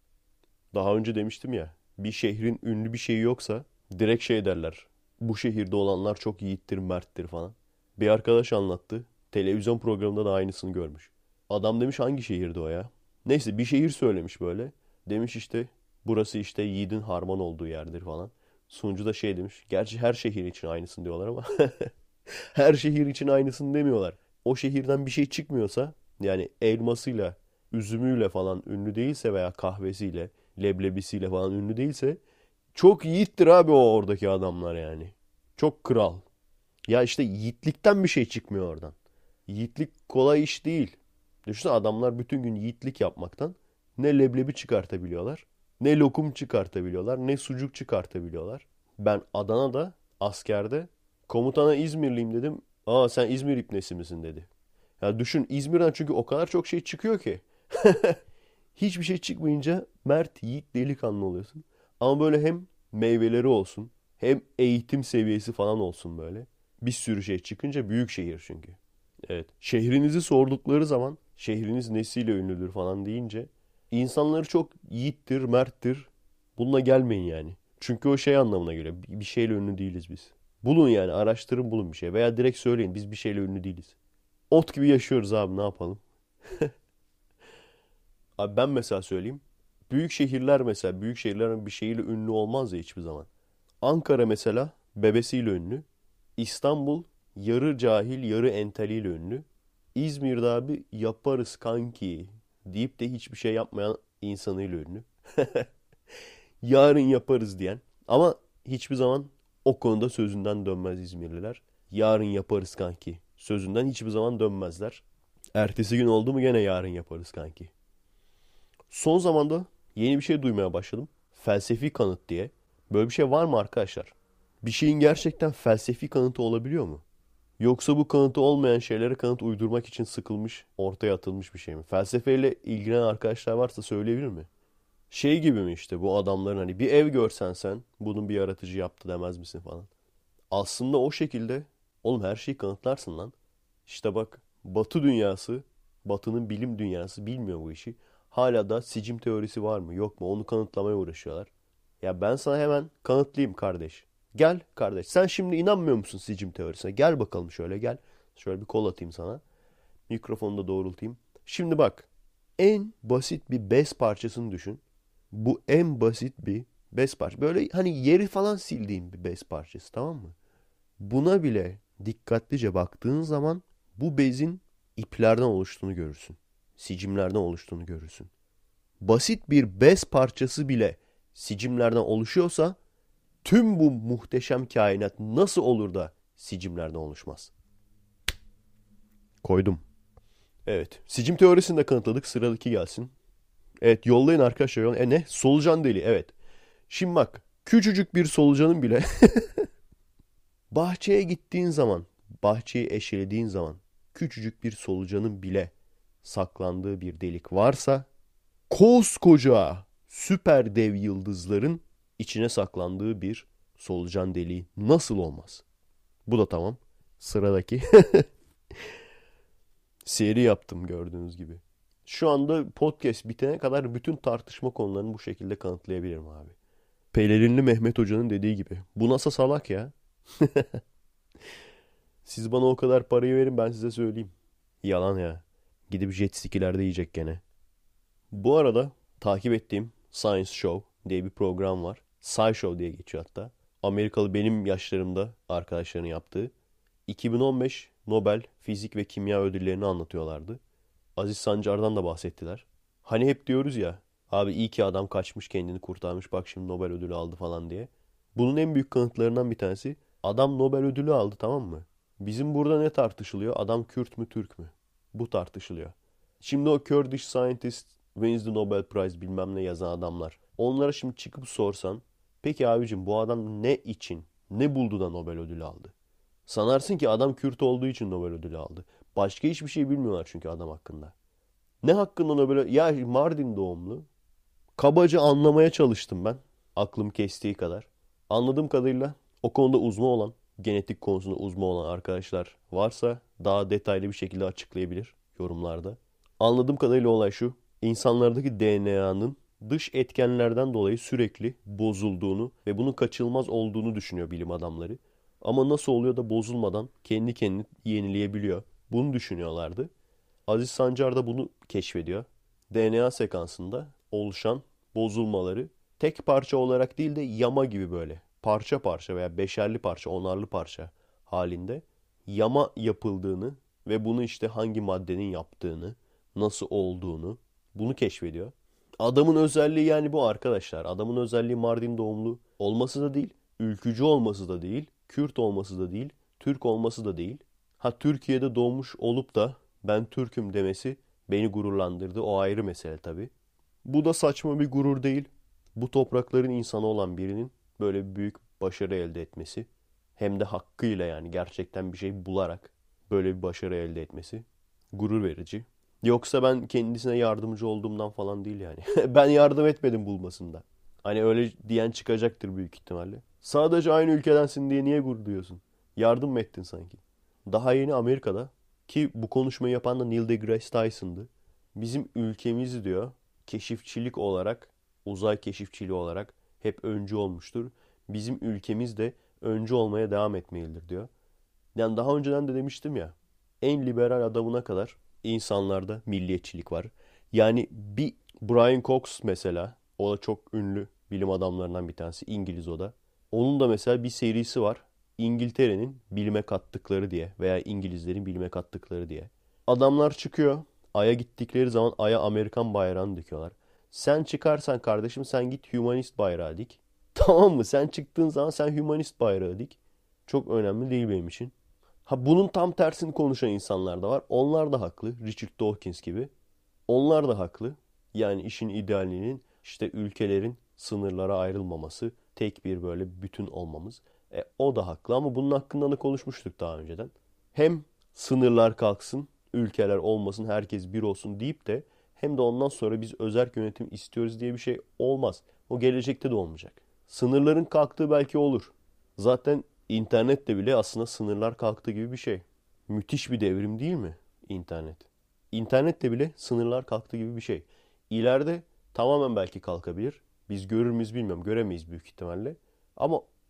Daha önce demiştim ya. Bir şehrin ünlü bir şeyi yoksa direkt şey derler. Bu şehirde olanlar çok yiğittir, merttir falan. Bir arkadaş anlattı. Televizyon programında da aynısını görmüş. Adam demiş hangi şehirde o ya? Neyse bir şehir söylemiş böyle. Demiş işte burası işte yiğidin harman olduğu yerdir falan. Sunucu da şey demiş. Gerçi her şehir için aynısını diyorlar ama her şehir için aynısını demiyorlar. O şehirden bir şey çıkmıyorsa yani elmasıyla, üzümüyle falan ünlü değilse veya kahvesiyle, leblebisiyle falan ünlü değilse çok yiğittir abi o oradaki adamlar yani. Çok kral. Ya işte yiğitlikten bir şey çıkmıyor oradan. Yiğitlik kolay iş değil. Düşünsene adamlar bütün gün yiğitlik yapmaktan ne leblebi çıkartabiliyorlar, ne lokum çıkartabiliyorlar, ne sucuk çıkartabiliyorlar. Ben Adana'da askerde komutana İzmirliyim dedim. Aa sen İzmir ibnesi misin dedi. Ya düşün İzmir'den çünkü o kadar çok şey çıkıyor ki. Hiçbir şey çıkmayınca mert, yiğit, delikanlı oluyorsun. Ama böyle hem meyveleri olsun, hem eğitim seviyesi falan olsun böyle. Bir sürü şey çıkınca büyük şehir çünkü. Evet. Şehrinizi sordukları zaman şehriniz nesiyle ünlüdür falan deyince insanları çok yiğittir, merttir. Bununla gelmeyin yani. Çünkü o şey anlamına geliyor. Bir şeyle ünlü değiliz biz. Bulun yani araştırın bulun bir şey. Veya direkt söyleyin biz bir şeyle ünlü değiliz. Ot gibi yaşıyoruz abi ne yapalım. Abi ben mesela söyleyeyim. Büyük şehirler mesela büyük şehirlerin bir şeyiyle ünlü olmaz ya hiçbir zaman. Ankara mesela bebesiyle ünlü. İstanbul yarı cahil yarı enteliyle ünlü. İzmir'de abi yaparız kanki deyip de hiçbir şey yapmayan insanıyla ünlü. Yarın yaparız diyen. Ama hiçbir zaman o konuda sözünden dönmez İzmirliler. Yarın yaparız kanki. Sözünden hiçbir zaman dönmezler. Ertesi gün oldu mu gene yarın yaparız kanki. Son zamanda yeni bir şey duymaya başladım. Felsefi kanıt diye. Böyle bir şey var mı arkadaşlar? Bir şeyin gerçekten felsefi kanıtı olabiliyor mu? Yoksa bu kanıtı olmayan şeylere kanıt uydurmak için sıkılmış, ortaya atılmış bir şey mi? Felsefeyle ilgilenen arkadaşlar varsa söyleyebilir mi? Şey gibi mi işte bu adamların hani bir ev görsen sen bunun bir yaratıcı yaptı demez misin falan. Aslında o şekilde oğlum her şeyi kanıtlarsın lan. İşte bak Batı dünyası, Batı'nın bilim dünyası bilmiyor bu işi. Hala da sicim teorisi var mı yok mu onu kanıtlamaya uğraşıyorlar. Ya ben sana hemen kanıtlayayım kardeş. Gel kardeş. Sen şimdi inanmıyor musun sicim teorisine? Gel bakalım şöyle gel. Şöyle bir kol atayım sana. Mikrofonu da doğrultayım. Şimdi bak. En basit bir bez parçasını düşün. Bu en basit bir bez parçası. Böyle hani yeri falan sildiğim bir bez parçası, tamam mı? Buna bile dikkatlice baktığın zaman bu bezin iplerden oluştuğunu görürsün. Sicimlerden oluştuğunu görürsün. Basit bir bez parçası bile sicimlerden oluşuyorsa tüm bu muhteşem kainat nasıl olur da sicimlerden oluşmaz? Koydum. Evet. Sicim teorisini de kanıtladık. Sıradaki gelsin. Evet, yollayın arkadaşlar. Ne? Solucan deliği. Evet. Şimdi bak. Küçücük bir solucanın bile bahçeye gittiğin zaman, bahçeyi eşelediğin zaman küçücük bir solucanın bile saklandığı bir delik varsa koskoca süper dev yıldızların içine saklandığı bir solucan deliği nasıl olmaz? Bu da tamam. Sıradaki seri yaptım gördüğünüz gibi. Şu anda podcast bitene kadar bütün tartışma konularını bu şekilde kanıtlayabilirim abi. Pelerinli Mehmet Hoca'nın dediği gibi. Bu nasıl salak ya? Siz bana o kadar parayı verin, ben size söyleyeyim. Yalan ya. Gidip jet skilerde yiyecek gene. Bu arada takip ettiğim Science Show diye bir program var. SciShow diye geçiyor hatta. Amerikalı benim yaşlarımda arkadaşların yaptığı. 2015 Nobel Fizik ve Kimya ödüllerini anlatıyorlardı. Aziz Sancar'dan da bahsettiler. Hani hep diyoruz ya, abi iyi ki adam kaçmış, kendini kurtarmış, bak şimdi Nobel ödülü aldı falan diye. Bunun en büyük kanıtlarından bir tanesi, adam Nobel ödülü aldı, tamam mı? Bizim burada ne tartışılıyor? Adam Kürt mü Türk mü? Bu tartışılıyor. Şimdi o Kurdish scientist wins the Nobel Prize bilmem ne yazan adamlar. Onlara şimdi çıkıp sorsan, peki abicim bu adam ne için, ne buldu da Nobel ödülü aldı? Sanarsın ki adam Kürt olduğu için Nobel ödülü aldı. Başka hiçbir şey bilmiyorlar çünkü adam hakkında. Ne hakkında Nobel ödülü? Ya Mardin doğumlu. Kabaca anlamaya çalıştım ben. Aklım kestiği kadar. Anladığım kadarıyla o konuda uzman olan, genetik konusunda uzman olan arkadaşlar varsa daha detaylı bir şekilde açıklayabilir yorumlarda. Anladığım kadarıyla olay şu. İnsanlardaki DNA'nın dış etkenlerden dolayı sürekli bozulduğunu ve bunun kaçınılmaz olduğunu düşünüyor bilim adamları. Ama nasıl oluyor da bozulmadan kendi kendini yenileyebiliyor? Bunu düşünüyorlardı. Aziz Sancar da bunu keşfediyor. DNA sekansında oluşan bozulmaları tek parça olarak değil de yama gibi böyle parça parça veya beşerli parça, onarlı parça halinde yama yapıldığını ve bunu işte hangi maddenin yaptığını, nasıl olduğunu bunu keşfediyor. Adamın özelliği yani bu arkadaşlar. Adamın özelliği Mardin doğumlu olması da değil, ülkücü olması da değil, Kürt olması da değil, Türk olması da değil. Ha, Türkiye'de doğmuş olup da ben Türk'üm demesi beni gururlandırdı. O ayrı mesele tabii. Bu da saçma bir gurur değil. Bu toprakların insanı olan birinin böyle bir büyük başarı elde etmesi, hem de hakkıyla yani gerçekten bir şey bularak böyle bir başarı elde etmesi gurur verici. Yoksa ben kendisine yardımcı olduğumdan falan değil yani. Ben yardım etmedim bulmasında. Hani öyle diyen çıkacaktır büyük ihtimalle. Sadece aynı ülkedensin diye niye gurur duyuyorsun? Yardım mı ettin sanki? Daha yeni Amerika'da, ki bu konuşmayı yapan da Neil deGrasse Tyson'dı. Bizim ülkemiz diyor keşifçilik olarak, uzay keşifçiliği olarak hep öncü olmuştur. Bizim ülkemiz de öncü olmaya devam etmelidir diyor. Yani daha önceden de demiştim ya, en liberal adamına kadar insanlarda milliyetçilik var. Yani bir Brian Cox mesela, o da çok ünlü bilim adamlarından bir tanesi, İngiliz o da. Onun da mesela bir serisi var. İngiltere'nin bilime kattıkları diye veya İngilizlerin bilime kattıkları diye. Adamlar çıkıyor. Ay'a gittikleri zaman Ay'a Amerikan bayrağını dikiyorlar. Sen çıkarsan kardeşim sen git Humanist bayrağı dik. Tamam mı? Sen çıktığın zaman sen Humanist bayrağı dik. Çok önemli değil benim için. Ha, bunun tam tersini konuşan insanlar da var. Onlar da haklı. Richard Dawkins gibi. Onlar da haklı. Yani işin idealinin işte ülkelerin sınırlara ayrılmaması, tek bir böyle bütün olmamız. O da haklı ama bunun hakkında da konuşmuştuk daha önceden. Hem sınırlar kalksın, ülkeler olmasın, herkes bir olsun deyip de hem de ondan sonra biz özerk yönetim istiyoruz diye bir şey olmaz. O gelecekte de olmayacak. Sınırların kalktığı belki olur. Zaten internette bile aslında sınırlar kalktı gibi bir şey. Müthiş bir devrim değil mi internet? İnternette bile sınırlar kalktı gibi bir şey. İleride tamamen belki kalkabilir. Biz görür müyüz bilmiyorum. Göremeyiz büyük ihtimalle. Ama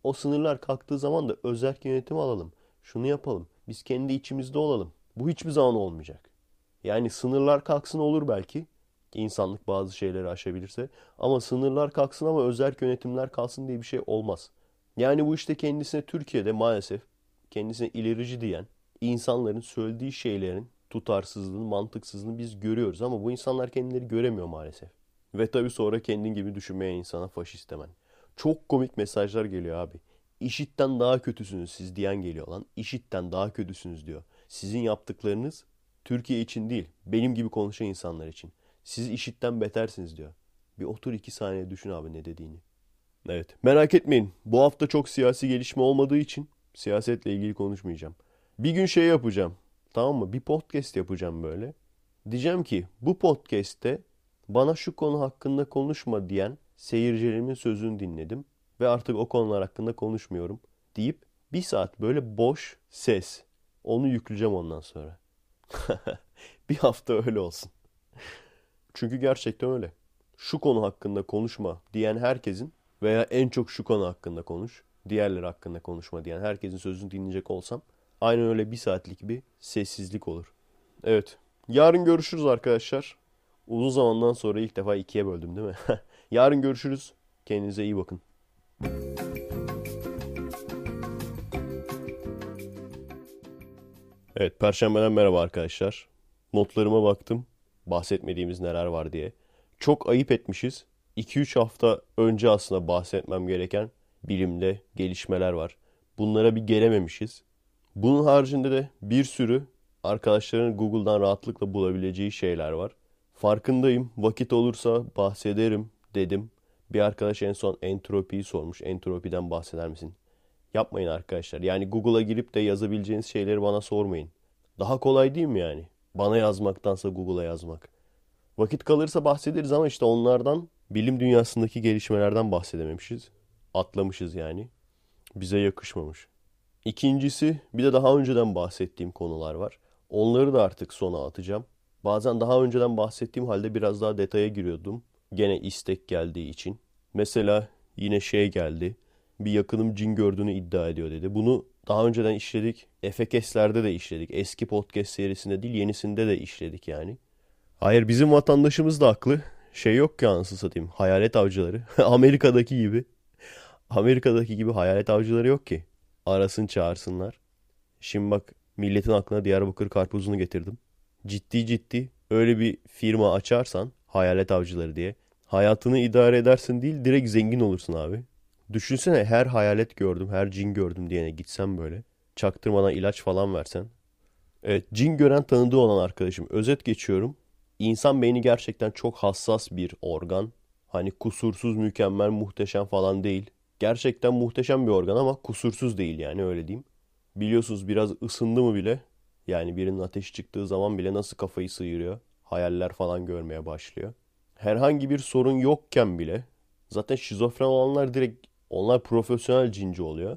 O sınırlar kalktığı zaman da özerk yönetimi alalım. Şunu yapalım. Biz kendi içimizde olalım. Bu hiçbir zaman olmayacak. Yani sınırlar kalksın olur belki. İnsanlık bazı şeyleri aşabilirse. Ama sınırlar kalksın ama özerk yönetimler kalsın diye bir şey olmaz. Yani bu işte kendisine Türkiye'de maalesef kendisine ilerici diyen insanların söylediği şeylerin tutarsızlığını, mantıksızlığını biz görüyoruz. Ama bu insanlar kendileri göremiyor maalesef. Ve tabii sonra kendin gibi düşünmeyen insana faşist demen. Çok komik mesajlar geliyor abi. IŞİD'den daha kötüsünüz siz diyen geliyor lan. IŞİD'den daha kötüsünüz diyor. Sizin yaptıklarınız Türkiye için değil, benim gibi konuşan insanlar için. Siz IŞİD'den betersiniz diyor. Bir otur 2 saniye düşün abi ne dediğini. Evet, merak etmeyin. Bu hafta çok siyasi gelişme olmadığı için siyasetle ilgili konuşmayacağım. Bir gün şey yapacağım. Tamam mı? Bir podcast yapacağım böyle. Diyeceğim ki bu podcast'te bana şu konu hakkında konuşma diyen seyircilerimin sözünü dinledim ve artık o konular hakkında konuşmuyorum deyip 1 saat böyle boş ses. Onu yükleyeceğim ondan sonra. Bir hafta öyle olsun. Çünkü gerçekten öyle. Şu konu hakkında konuşma diyen herkesin veya en çok şu konu hakkında konuş, diğerleri hakkında konuşma diyen herkesin sözünü dinleyecek olsam aynen öyle 1 saatlik bir sessizlik olur. Evet. Yarın görüşürüz arkadaşlar. Uzun zamandan sonra ilk defa 2'ye böldüm değil mi? Yarın görüşürüz. Kendinize iyi bakın. Evet, Perşembeden merhaba arkadaşlar. Notlarıma baktım. Bahsetmediğimiz neler var diye. Çok ayıp etmişiz. 2-3 hafta önce aslında bahsetmem gereken bilimde gelişmeler var. Bunlara bir gelememişiz. Bunun haricinde de bir sürü arkadaşların Google'dan rahatlıkla bulabileceği şeyler var. Farkındayım. Vakit olursa bahsederim dedim. Bir arkadaş en son entropiyi sormuş. Entropiden bahseder misin? Yapmayın arkadaşlar. Yani Google'a girip de yazabileceğiniz şeyleri bana sormayın. Daha kolay değil mi yani? Bana yazmaktansa Google'a yazmak. Vakit kalırsa bahsederiz ama işte onlardan, bilim dünyasındaki gelişmelerden bahsedememişiz. Atlamışız yani. Bize yakışmamış. İkincisi, bir de daha önceden bahsettiğim konular var. Onları da artık sona atacağım. Bazen daha önceden bahsettiğim halde biraz daha detaya giriyordum. Gene istek geldiği için. Mesela yine şey geldi. Bir yakınım cin gördüğünü iddia ediyor dedi. Bunu daha önceden işledik. Efekes'lerde de işledik. Eski podcast serisinde değil, yenisinde de işledik yani. Hayır, bizim vatandaşımız da haklı. Şey yok ki anasını satayım. Hayalet avcıları. Amerika'daki gibi. Amerika'daki gibi hayalet avcıları yok ki. Arasın çağırsınlar. Şimdi bak milletin aklına Diyarbakır karpuzunu getirdim. Ciddi ciddi öyle bir firma açarsan hayalet avcıları diye hayatını idare edersin değil direkt zengin olursun abi. Düşünsene her hayalet gördüm, her cin gördüm diyene gitsen böyle. Çaktırmadan ilaç falan versen. Evet, cin gören tanıdığı olan arkadaşım. Özet geçiyorum. İnsan beyni gerçekten çok hassas bir organ. Hani kusursuz, mükemmel, muhteşem falan değil. Gerçekten muhteşem bir organ ama kusursuz değil yani öyle diyeyim. Biliyorsunuz biraz ısındı mı bile yani birinin ateşi çıktığı zaman bile nasıl kafayı sıyırıyor. Hayaller falan görmeye başlıyor. Herhangi bir sorun yokken bile zaten şizofren olanlar direkt onlar profesyonel cinci oluyor.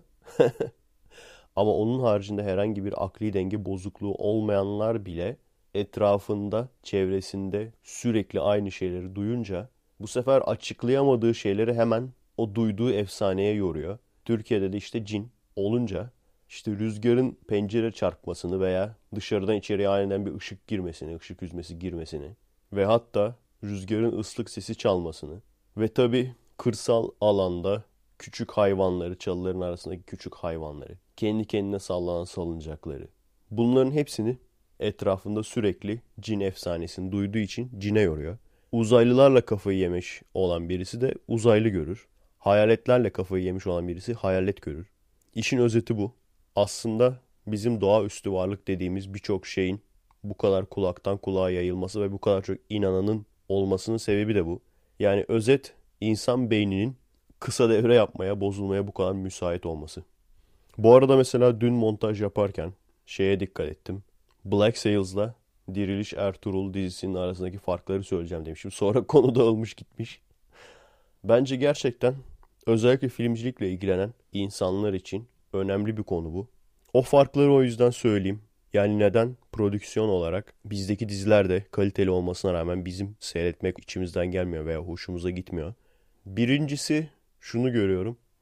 Ama onun haricinde herhangi bir akli denge bozukluğu olmayanlar bile etrafında, çevresinde sürekli aynı şeyleri duyunca bu sefer açıklayamadığı şeyleri hemen o duyduğu efsaneye yoruyor. Türkiye'de de işte cin olunca işte rüzgarın pencere çarpmasını veya dışarıdan içeriye aniden bir ışık girmesini, ışık yüzmesi girmesini ve hatta rüzgarın ıslık sesi çalmasını ve tabii kırsal alanda küçük hayvanları, çalıların arasındaki küçük hayvanları, kendi kendine sallanan salıncakları. Bunların hepsini etrafında sürekli cin efsanesini duyduğu için cine yoruyor. Uzaylılarla kafayı yemiş olan birisi de uzaylı görür. Hayaletlerle kafayı yemiş olan birisi hayalet görür. İşin özeti bu. Aslında bizim doğaüstü varlık dediğimiz birçok şeyin bu kadar kulaktan kulağa yayılması ve bu kadar çok inananın olmasının sebebi de bu. Yani özet insan beyninin kısa devre yapmaya, bozulmaya bu kadar müsait olması. Bu arada mesela dün montaj yaparken şeye dikkat ettim. Black Sails'la Diriliş Ertuğrul dizisinin arasındaki farkları söyleyeceğim demişim. Sonra konu dağılmış gitmiş. Bence gerçekten özellikle filmcilikle ilgilenen insanlar için önemli bir konu bu. O farkları o yüzden söyleyeyim. Yani neden prodüksiyon olarak bizdeki diziler de kaliteli olmasına rağmen bizim seyretmek içimizden gelmiyor veya hoşumuza gitmiyor. Birincisi şunu görüyorum.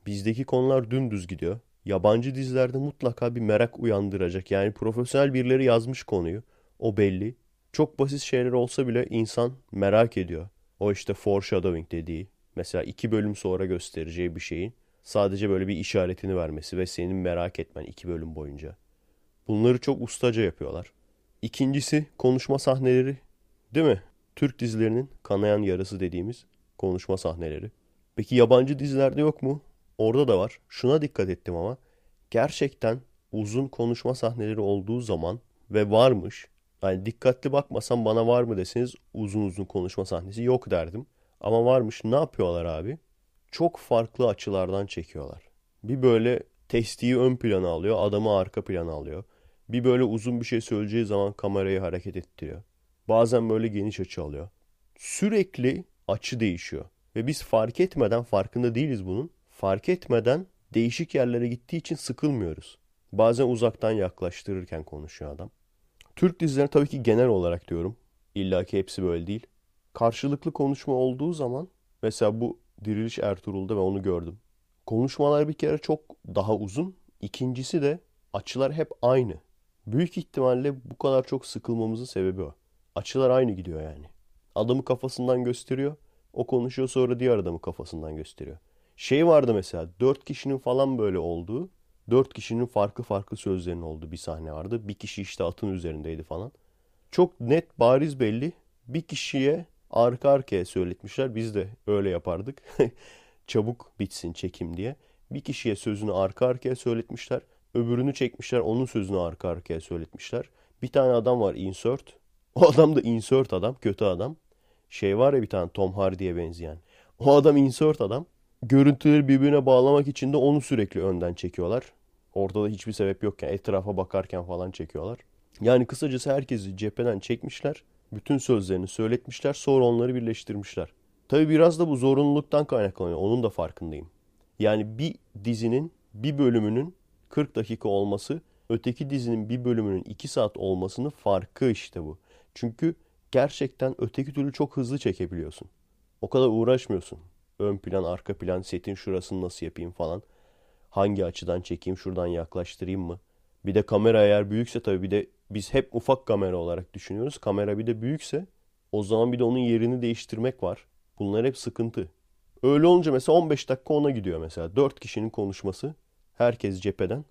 Bizdeki konular dümdüz gidiyor. Yabancı dizilerde mutlaka bir merak uyandıracak. Yani profesyonel birileri yazmış konuyu. O belli. Çok basit şeyler olsa bile insan merak ediyor. O işte foreshadowing dediği. Mesela 2 bölüm sonra göstereceği bir şeyin sadece böyle bir işaretini vermesi ve senin merak etmen 2 bölüm boyunca. Bunları çok ustaca yapıyorlar. İkincisi konuşma sahneleri. Değil mi? Türk dizilerinin kanayan yarası dediğimiz konuşma sahneleri. Peki yabancı dizilerde yok mu? Orada da var. Şuna dikkat ettim ama. Gerçekten uzun konuşma sahneleri olduğu zaman ve varmış. Yani dikkatli bakmasam bana var mı deseniz uzun uzun konuşma sahnesi yok derdim. Ama varmış. Ne yapıyorlar abi? Çok farklı açılardan çekiyorlar. Bir böyle testiyi ön plana alıyor, adamı arka plana alıyor. Bir böyle uzun bir şey söyleyeceği zaman kamerayı hareket ettiriyor. Bazen böyle geniş açı alıyor. Sürekli açı değişiyor. Ve biz fark etmeden, farkında değiliz bunun. Fark etmeden değişik yerlere gittiği için sıkılmıyoruz. Bazen uzaktan yaklaştırırken konuşuyor adam. Türk dizileri tabii ki genel olarak diyorum. İlla ki hepsi böyle değil. Karşılıklı konuşma olduğu zaman mesela bu Diriliş Ertuğrul'da ve onu gördüm. Konuşmalar bir kere çok daha uzun. İkincisi de açılar hep aynı. Büyük ihtimalle bu kadar çok sıkılmamızın sebebi o. Açılar aynı gidiyor yani. Adamı kafasından gösteriyor. O konuşuyor sonra diğer adamı kafasından gösteriyor. Şey vardı mesela 4 kişinin falan böyle olduğu. 4 kişinin farklı farklı sözlerinin olduğu bir sahne vardı. Bir kişi işte atın üzerindeydi falan. Çok net bariz belli. Bir kişiye arka arkaya söyletmişler. Biz de öyle yapardık. Çabuk bitsin çekim diye. Bir kişiye sözünü arka arkaya söyletmişler. Öbürünü çekmişler. Onun sözünü arka arkaya söyletmişler. Bir tane adam var insert. O adam da insert adam. Kötü adam. Şey var ya bir tane Tom Hardy'ye benzeyen. O adam insert adam. Görüntüleri birbirine bağlamak için de onu sürekli önden çekiyorlar. Ortada hiçbir sebep yokken etrafa bakarken falan çekiyorlar. Yani kısacası herkesi cepheden çekmişler. Bütün sözlerini söyletmişler. Sonra onları birleştirmişler. Tabii biraz da bu zorunluluktan kaynaklanıyor. Onun da farkındayım. Yani bir dizinin bir bölümünün 40 dakika olması, öteki dizinin bir bölümünün 2 saat olmasının farkı işte bu. Çünkü gerçekten öteki türlü çok hızlı çekebiliyorsun. O kadar uğraşmıyorsun. Ön plan, arka plan, setin şurasını nasıl yapayım falan. Hangi açıdan çekeyim, şuradan yaklaştırayım mı? Bir de kamera eğer büyükse tabii bir de biz hep ufak kamera olarak düşünüyoruz. Kamera bir de büyükse o zaman bir de onun yerini değiştirmek var. Bunlar hep sıkıntı. Öyle olunca mesela 15 dakika ona gidiyor mesela. 4 kişinin konuşması. Herkes cepheden.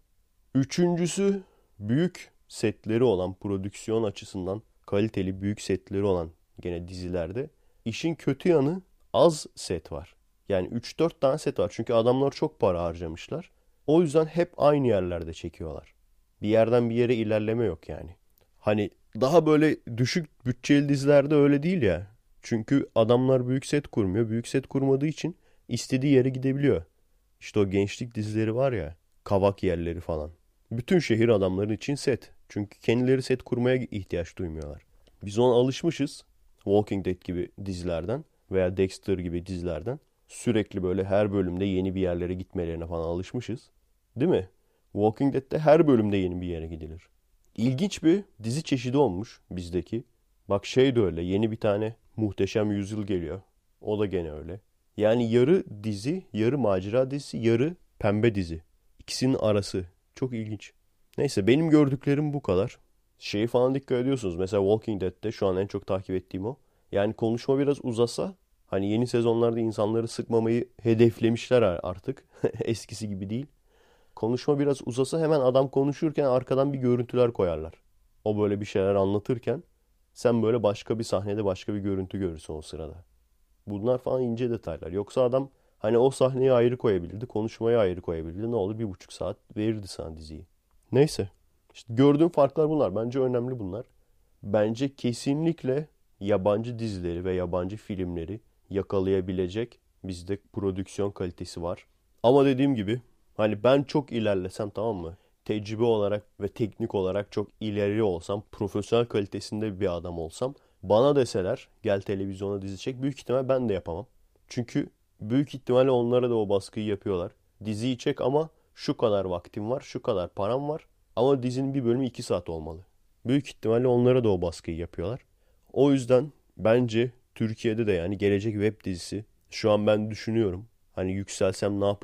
Üçüncüsü büyük setleri olan prodüksiyon açısından kaliteli büyük setleri olan gene dizilerde. İşin kötü yanı az set var. Yani 3-4 tane set var. Çünkü adamlar çok para harcamışlar. O yüzden hep aynı yerlerde çekiyorlar. Bir yerden bir yere ilerleme yok yani. Hani daha böyle düşük bütçeli dizilerde öyle değil ya. Çünkü adamlar büyük set kurmuyor. Büyük set kurmadığı için istediği yere gidebiliyor. İşte o gençlik dizileri var ya. Kavak yerleri falan. Bütün şehir adamların için set. Çünkü kendileri set kurmaya ihtiyaç duymuyorlar. Biz ona alışmışız. Walking Dead gibi dizilerden veya Dexter gibi dizilerden. Sürekli böyle her bölümde yeni bir yerlere gitmelerine falan alışmışız. Değil mi? Walking Dead'de her bölümde yeni bir yere gidilir. İlginç bir dizi çeşidi olmuş bizdeki. Bak şey de öyle. Yeni bir tane Muhteşem Yüzyıl geliyor. O da gene öyle. Yani yarı dizi, yarı macera dizisi, yarı pembe dizi. İkisinin arası. Çok ilginç. Neyse benim gördüklerim bu kadar. Şeyi falan dikkat ediyorsunuz. Mesela Walking Dead'te şu an en çok takip ettiğim o. Yani konuşma biraz uzasa hani yeni sezonlarda insanları sıkmamayı hedeflemişler artık. Eskisi gibi değil. Konuşma biraz uzasa hemen adam konuşurken arkadan bir görüntüler koyarlar. O böyle bir şeyler anlatırken sen böyle başka bir sahnede başka bir görüntü görürsün o sırada. Bunlar falan ince detaylar. Yoksa adam hani o sahneyi ayrı koyabilirdi, konuşmayı ayrı koyabilirdi. Ne olur 1,5 saat verirdi sana diziyi. Neyse. İşte gördüğüm farklar bunlar. Bence önemli bunlar. Bence kesinlikle yabancı dizileri ve yabancı filmleri yakalayabilecek bizde prodüksiyon kalitesi var. Ama dediğim gibi hani ben çok ilerlesem tamam mı? Tecrübe olarak ve teknik olarak çok ileri olsam, profesyonel kalitesinde bir adam olsam bana deseler gel televizyona dizi çek büyük ihtimal ben de yapamam. Çünkü büyük ihtimalle onlara da o baskıyı yapıyorlar. Diziyi çek ama şu kadar vaktim var, şu kadar param var. Ama dizinin bir bölümü 2 saat olmalı. Büyük ihtimalle onlara da o baskıyı yapıyorlar. O yüzden bence Türkiye'de de yani gelecek web dizisi şu an ben düşünüyorum. Hani yükselsem ne yapacağım?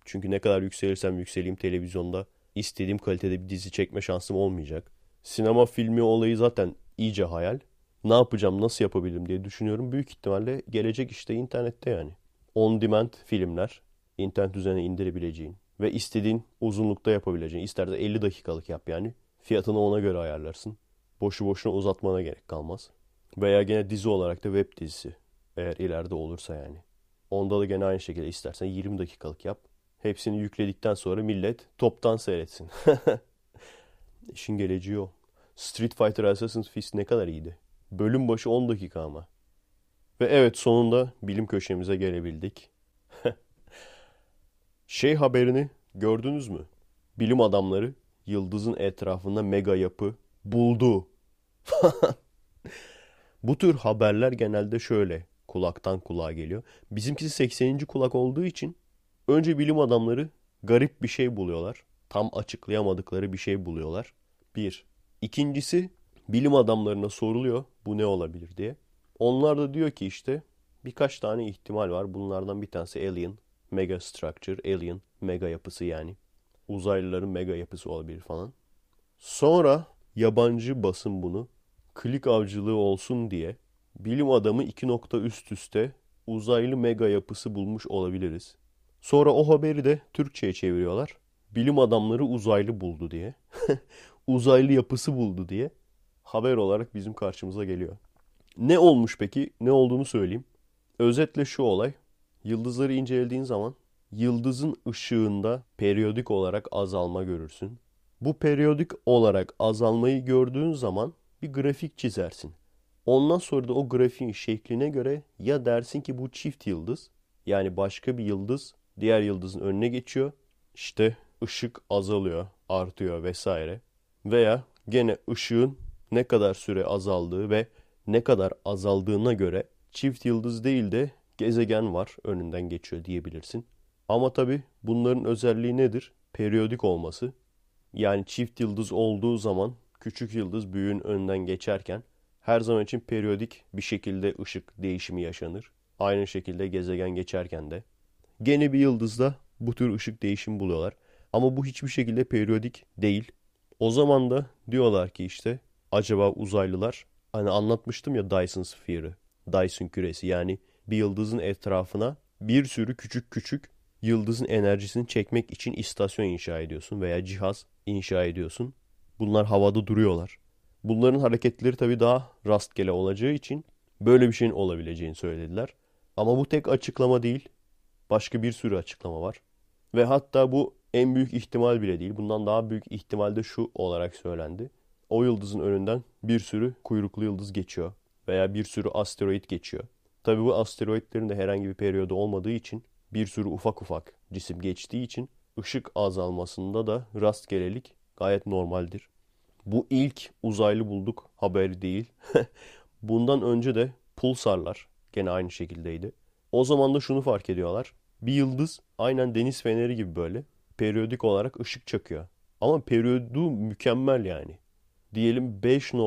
Çünkü ne kadar yükselirsem yükseleyim televizyonda istediğim kalitede bir dizi çekme şansım olmayacak. Sinema filmi olayı zaten iyice hayal. Ne yapacağım, nasıl yapabilirim diye düşünüyorum. Büyük ihtimalle gelecek işte internette yani. On demand filmler, internet üzerine indirebileceğin ve istediğin uzunlukta yapabileceğin. İstersen 50 dakikalık yap yani. Fiyatını ona göre ayarlarsın. Boşu boşuna uzatmana gerek kalmaz. Veya gene dizi olarak da web dizisi. Eğer ileride olursa yani. Onda da gene aynı şekilde istersen 20 dakikalık yap. Hepsini yükledikten sonra millet toptan seyretsin. İşin geleceği o. Street Fighter Assassin's Fist ne kadar iyiydi. Bölüm başı 10 dakika ama. Ve evet, sonunda bilim köşemize gelebildik. Şey haberini gördünüz mü? Bilim adamları yıldızın etrafında mega yapı buldu. Bu tür haberler genelde şöyle kulaktan kulağa geliyor. Bizimkisi 80. kulak olduğu için önce bilim adamları garip bir şey buluyorlar. Tam açıklayamadıkları bir şey buluyorlar. Bir. İkincisi, bilim adamlarına soruluyor bu ne olabilir diye. Onlar da diyor ki işte birkaç tane ihtimal var. Bunlardan bir tanesi alien, mega structure, alien, mega yapısı yani. Uzaylıların mega yapısı olabilir falan. Sonra yabancı basın bunu klik avcılığı olsun diye bilim adamı 2 nokta üst üste uzaylı mega yapısı bulmuş olabiliriz. Sonra o haberi de Türkçe'ye çeviriyorlar. Bilim adamları uzaylı buldu diye. Uzaylı yapısı buldu diye haber olarak bizim karşımıza geliyor. Ne olmuş peki? Ne olduğunu söyleyeyim. Özetle şu olay. Yıldızları incelediğin zaman yıldızın ışığında periyodik olarak azalma görürsün. Bu periyodik olarak azalmayı gördüğün zaman bir grafik çizersin. Ondan sonra da o grafiğin şekline göre ya dersin ki bu çift yıldız, yani başka bir yıldız diğer yıldızın önüne geçiyor. İşte ışık azalıyor, artıyor vesaire. Veya gene ışığın ne kadar süre azaldığı ve ne kadar azaldığına göre çift yıldız değil de gezegen var önünden geçiyor diyebilirsin. Ama tabii bunların özelliği nedir? Periyodik olması. Yani çift yıldız olduğu zaman küçük yıldız büyüğün önünden geçerken her zaman için periyodik bir şekilde ışık değişimi yaşanır. Aynı şekilde gezegen geçerken de. Gene bir yıldızda bu tür ışık değişimi buluyorlar. Ama bu hiçbir şekilde periyodik değil. O zaman da diyorlar ki işte acaba uzaylılar, hani anlatmıştım ya Dyson Sphere'ı, Dyson küresi, yani bir yıldızın etrafına bir sürü küçük küçük yıldızın enerjisini çekmek için istasyon inşa ediyorsun veya cihaz inşa ediyorsun. Bunlar havada duruyorlar. Bunların hareketleri tabii daha rastgele olacağı için böyle bir şeyin olabileceğini söylediler. Ama bu tek açıklama değil. Başka bir sürü açıklama var. Ve hatta bu en büyük ihtimal bile değil. Bundan daha büyük ihtimal de şu olarak söylendi. O yıldızın önünden bir sürü kuyruklu yıldız geçiyor. Veya bir sürü asteroid geçiyor. Tabii bu asteroidlerin de herhangi bir periyodu olmadığı için, bir sürü ufak ufak cisim geçtiği için ışık azalmasında da rastgelelik gayet normaldir. Bu ilk uzaylı bulduk haberi değil. Bundan önce de pulsarlar gene aynı şekildeydi. O zaman da şunu fark ediyorlar. Bir yıldız aynen deniz feneri gibi böyle periyodik olarak ışık çakıyor. Ama periyodu mükemmel yani. Diyelim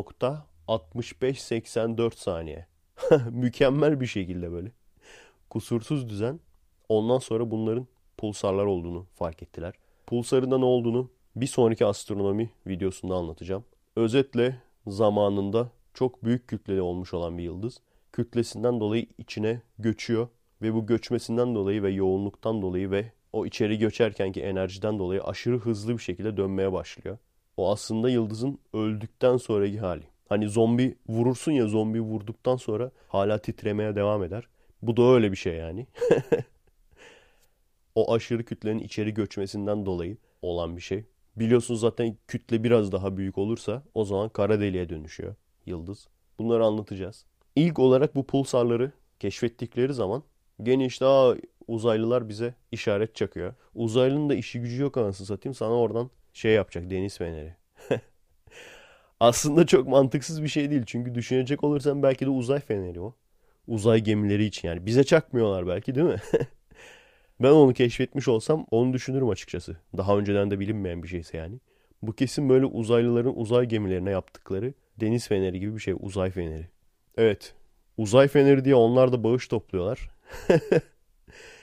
5.6584 saniye. Mükemmel bir şekilde böyle. Kusursuz düzen. Ondan sonra bunların pulsarlar olduğunu fark ettiler. Pulsarın da ne olduğunu bir sonraki astronomi videosunda anlatacağım. Özetle zamanında çok büyük kütleli olmuş olan bir yıldız kütlesinden dolayı içine göçüyor ve bu göçmesinden dolayı ve yoğunluktan dolayı ve o içeri göçerkenki enerjiden dolayı aşırı hızlı bir şekilde dönmeye başlıyor. O aslında yıldızın öldükten sonraki hali. Hani zombi vurursun ya, zombi vurduktan sonra hala titremeye devam eder. Bu da öyle bir şey yani. O aşırı kütlenin içeri göçmesinden dolayı olan bir şey. Biliyorsunuz zaten kütle biraz daha büyük olursa o zaman kara deliğe dönüşüyor yıldız. Bunları anlatacağız. İlk olarak bu pulsarları keşfettikleri zaman gene işte uzaylılar bize işaret çakıyor. Uzaylının da işi gücü yok anasını satayım, sana oradan şey yapacak, deniz feneri. Aslında çok mantıksız bir şey değil. Çünkü düşünecek olursan belki de uzay feneri o. Uzay gemileri için yani. Bize çakmıyorlar belki, değil mi? Ben onu keşfetmiş olsam onu düşünürüm açıkçası. Daha önceden de bilinmeyen bir şeyse yani. Bu kesin böyle uzaylıların uzay gemilerine yaptıkları deniz feneri gibi bir şey. Uzay feneri. Evet. Uzay feneri diye onlar da bağış topluyorlar.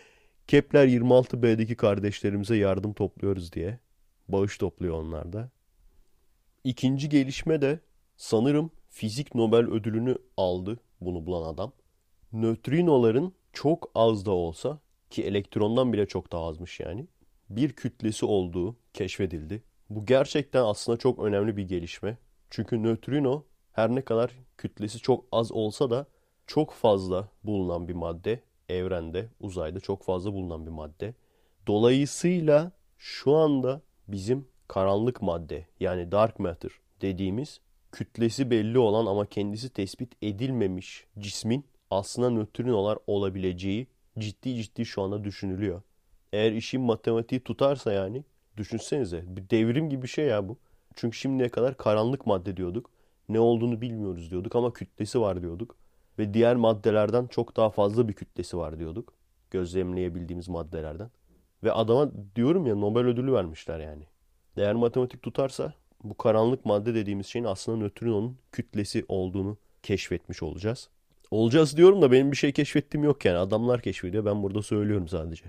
Kepler 26b'deki kardeşlerimize yardım topluyoruz diye. Bağış topluyor onlar da. İkinci gelişme de sanırım fizik Nobel ödülünü aldı bunu bulan adam. Nötrinoların çok az da olsa, ki elektrondan bile çok daha azmış yani, bir kütlesi olduğu keşfedildi. Bu gerçekten aslında çok önemli bir gelişme. Çünkü nötrino her ne kadar kütlesi çok az olsa da çok fazla bulunan bir madde. Evrende, uzayda çok fazla bulunan bir madde. Dolayısıyla şu anda bizim karanlık madde, yani dark matter dediğimiz, kütlesi belli olan ama kendisi tespit edilmemiş cismin aslında nötrinolar olabileceği ciddi şu anda düşünülüyor. Eğer işin matematiği tutarsa yani, düşünsenize, bir devrim gibi bir şey ya bu. Çünkü şimdiye kadar karanlık madde diyorduk. Ne olduğunu bilmiyoruz diyorduk ama kütlesi var diyorduk. Ve diğer maddelerden çok daha fazla bir kütlesi var diyorduk. Gözlemleyebildiğimiz maddelerden. Ve adama diyorum ya, Nobel ödülü vermişler yani. Eğer matematik tutarsa bu karanlık madde dediğimiz şeyin aslında nötrinonun kütlesi olduğunu keşfetmiş olacağız. Olacağız diyorum da benim bir şey keşfettiğim yok yani. Adamlar keşfediyor, ben burada söylüyorum sadece.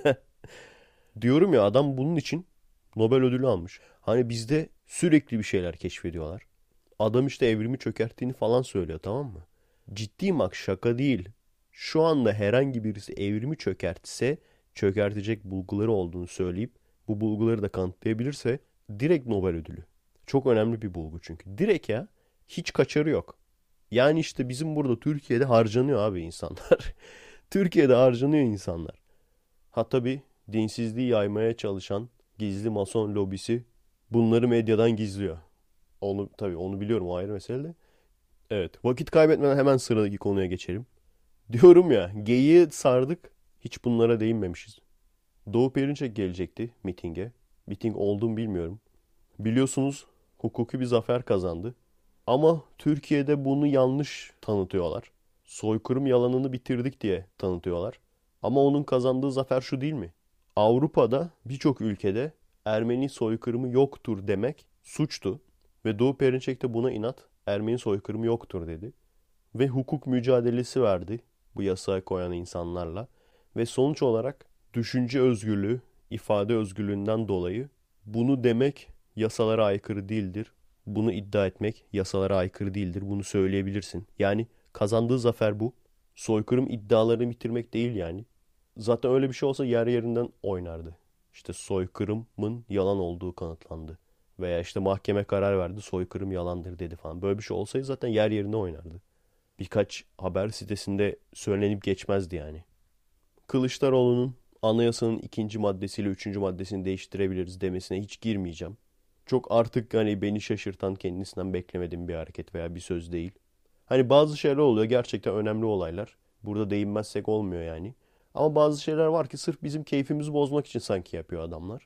Diyorum ya, adam bunun için Nobel ödülü almış. Hani bizde sürekli bir şeyler keşfediyorlar. Adam işte evrimi çökerttiğini falan söylüyor, tamam mı? Ciddiyim bak, şaka değil. Şu anda herhangi birisi evrimi çökertse çökertecek bulguları olduğunu söyleyip bu bulguları da kanıtlayabilirse direkt Nobel ödülü. Çok önemli bir bulgu çünkü. Direkt ya, hiç kaçarı yok. Yani işte bizim burada Türkiye'de harcanıyor abi insanlar. Türkiye'de harcanıyor insanlar. Ha tabii dinsizliği yaymaya çalışan gizli mason lobisi bunları medyadan gizliyor. Onu tabii, onu biliyorum, o ayrı mesele de. Evet, vakit kaybetmeden hemen sıradaki konuya geçelim. Diyorum ya, geyiği sardık, hiç bunlara değinmemişiz. Doğu Perinçek gelecekti mitinge. Miting oldu mu bilmiyorum. Biliyorsunuz hukuki bir zafer kazandı. Ama Türkiye'de bunu yanlış tanıtıyorlar. Soykırım yalanını bitirdik diye tanıtıyorlar. Ama onun kazandığı zafer şu değil mi? Avrupa'da birçok ülkede Ermeni soykırımı yoktur demek suçtu. Ve Doğu Perinçek de buna inat Ermeni soykırımı yoktur dedi. Ve hukuk mücadelesi verdi bu yasayı koyan insanlarla. Ve sonuç olarak düşünce özgürlüğü, ifade özgürlüğünden dolayı bunu demek yasalara aykırı değildir. Bunu iddia etmek yasalara aykırı değildir. Bunu söyleyebilirsin. Yani kazandığı zafer bu. Soykırım iddialarını bitirmek değil yani. Zaten öyle bir şey olsa yer yerinden oynardı. İşte soykırımın yalan olduğu kanıtlandı. Veya işte mahkeme karar verdi, soykırım yalandır dedi falan. Böyle bir şey olsaydı zaten yer yerine oynardı. Birkaç haber sitesinde söylenip geçmezdi yani. Kılıçdaroğlu'nun anayasanın ikinci maddesiyle üçüncü maddesini değiştirebiliriz demesine hiç girmeyeceğim. Çok artık hani beni şaşırtan, kendisinden beklemediğim bir hareket veya bir söz değil. Hani bazı şeyler oluyor, gerçekten önemli olaylar. Burada değinmezsek olmuyor yani. Ama bazı şeyler var ki sırf bizim keyfimizi bozmak için sanki yapıyor adamlar.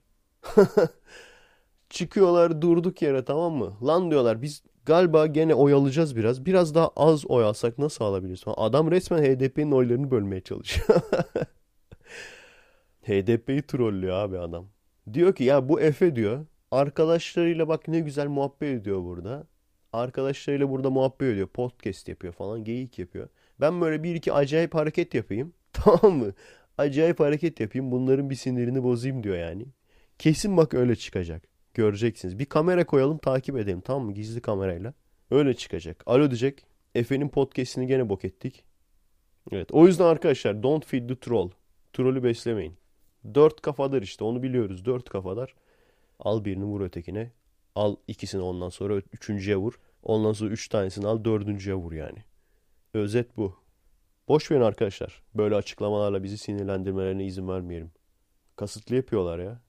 Çıkıyorlar durduk yere, tamam mı? Lan diyorlar, biz galiba gene oy alacağız biraz. Biraz daha az oy alsak nasıl alabiliriz falan. Adam resmen HDP'nin oylarını bölmeye çalışıyor. HDP'yi trollüyor abi adam. Diyor ki ya, bu Efe diyor, arkadaşlarıyla bak ne güzel muhabbet ediyor burada. Arkadaşlarıyla burada muhabbet ediyor. Podcast yapıyor falan, geyik yapıyor. Ben böyle bir iki acayip hareket yapayım. Tamam mı? Acayip hareket yapayım. Bunların bir sinirini bozayım diyor yani. Kesin bak öyle çıkacak. Göreceksiniz. Bir kamera koyalım, takip edelim, tamam mı? Gizli kamerayla. Öyle çıkacak. Alo diyecek. Efe'nin podcast'ini gene bok ettik. Evet. O yüzden arkadaşlar, don't feed the troll. Trollü beslemeyin. Dört kafadır işte, onu biliyoruz. Dört kafalar. Al birini, vur ötekine. Al ikisini, ondan sonra üçüncüye vur. Ondan sonra üç tanesini al, dördüncüye vur yani. Özet bu. Boş verin arkadaşlar. Böyle açıklamalarla bizi sinirlendirmelerine izin vermeyelim. Kasıtlı yapıyorlar ya.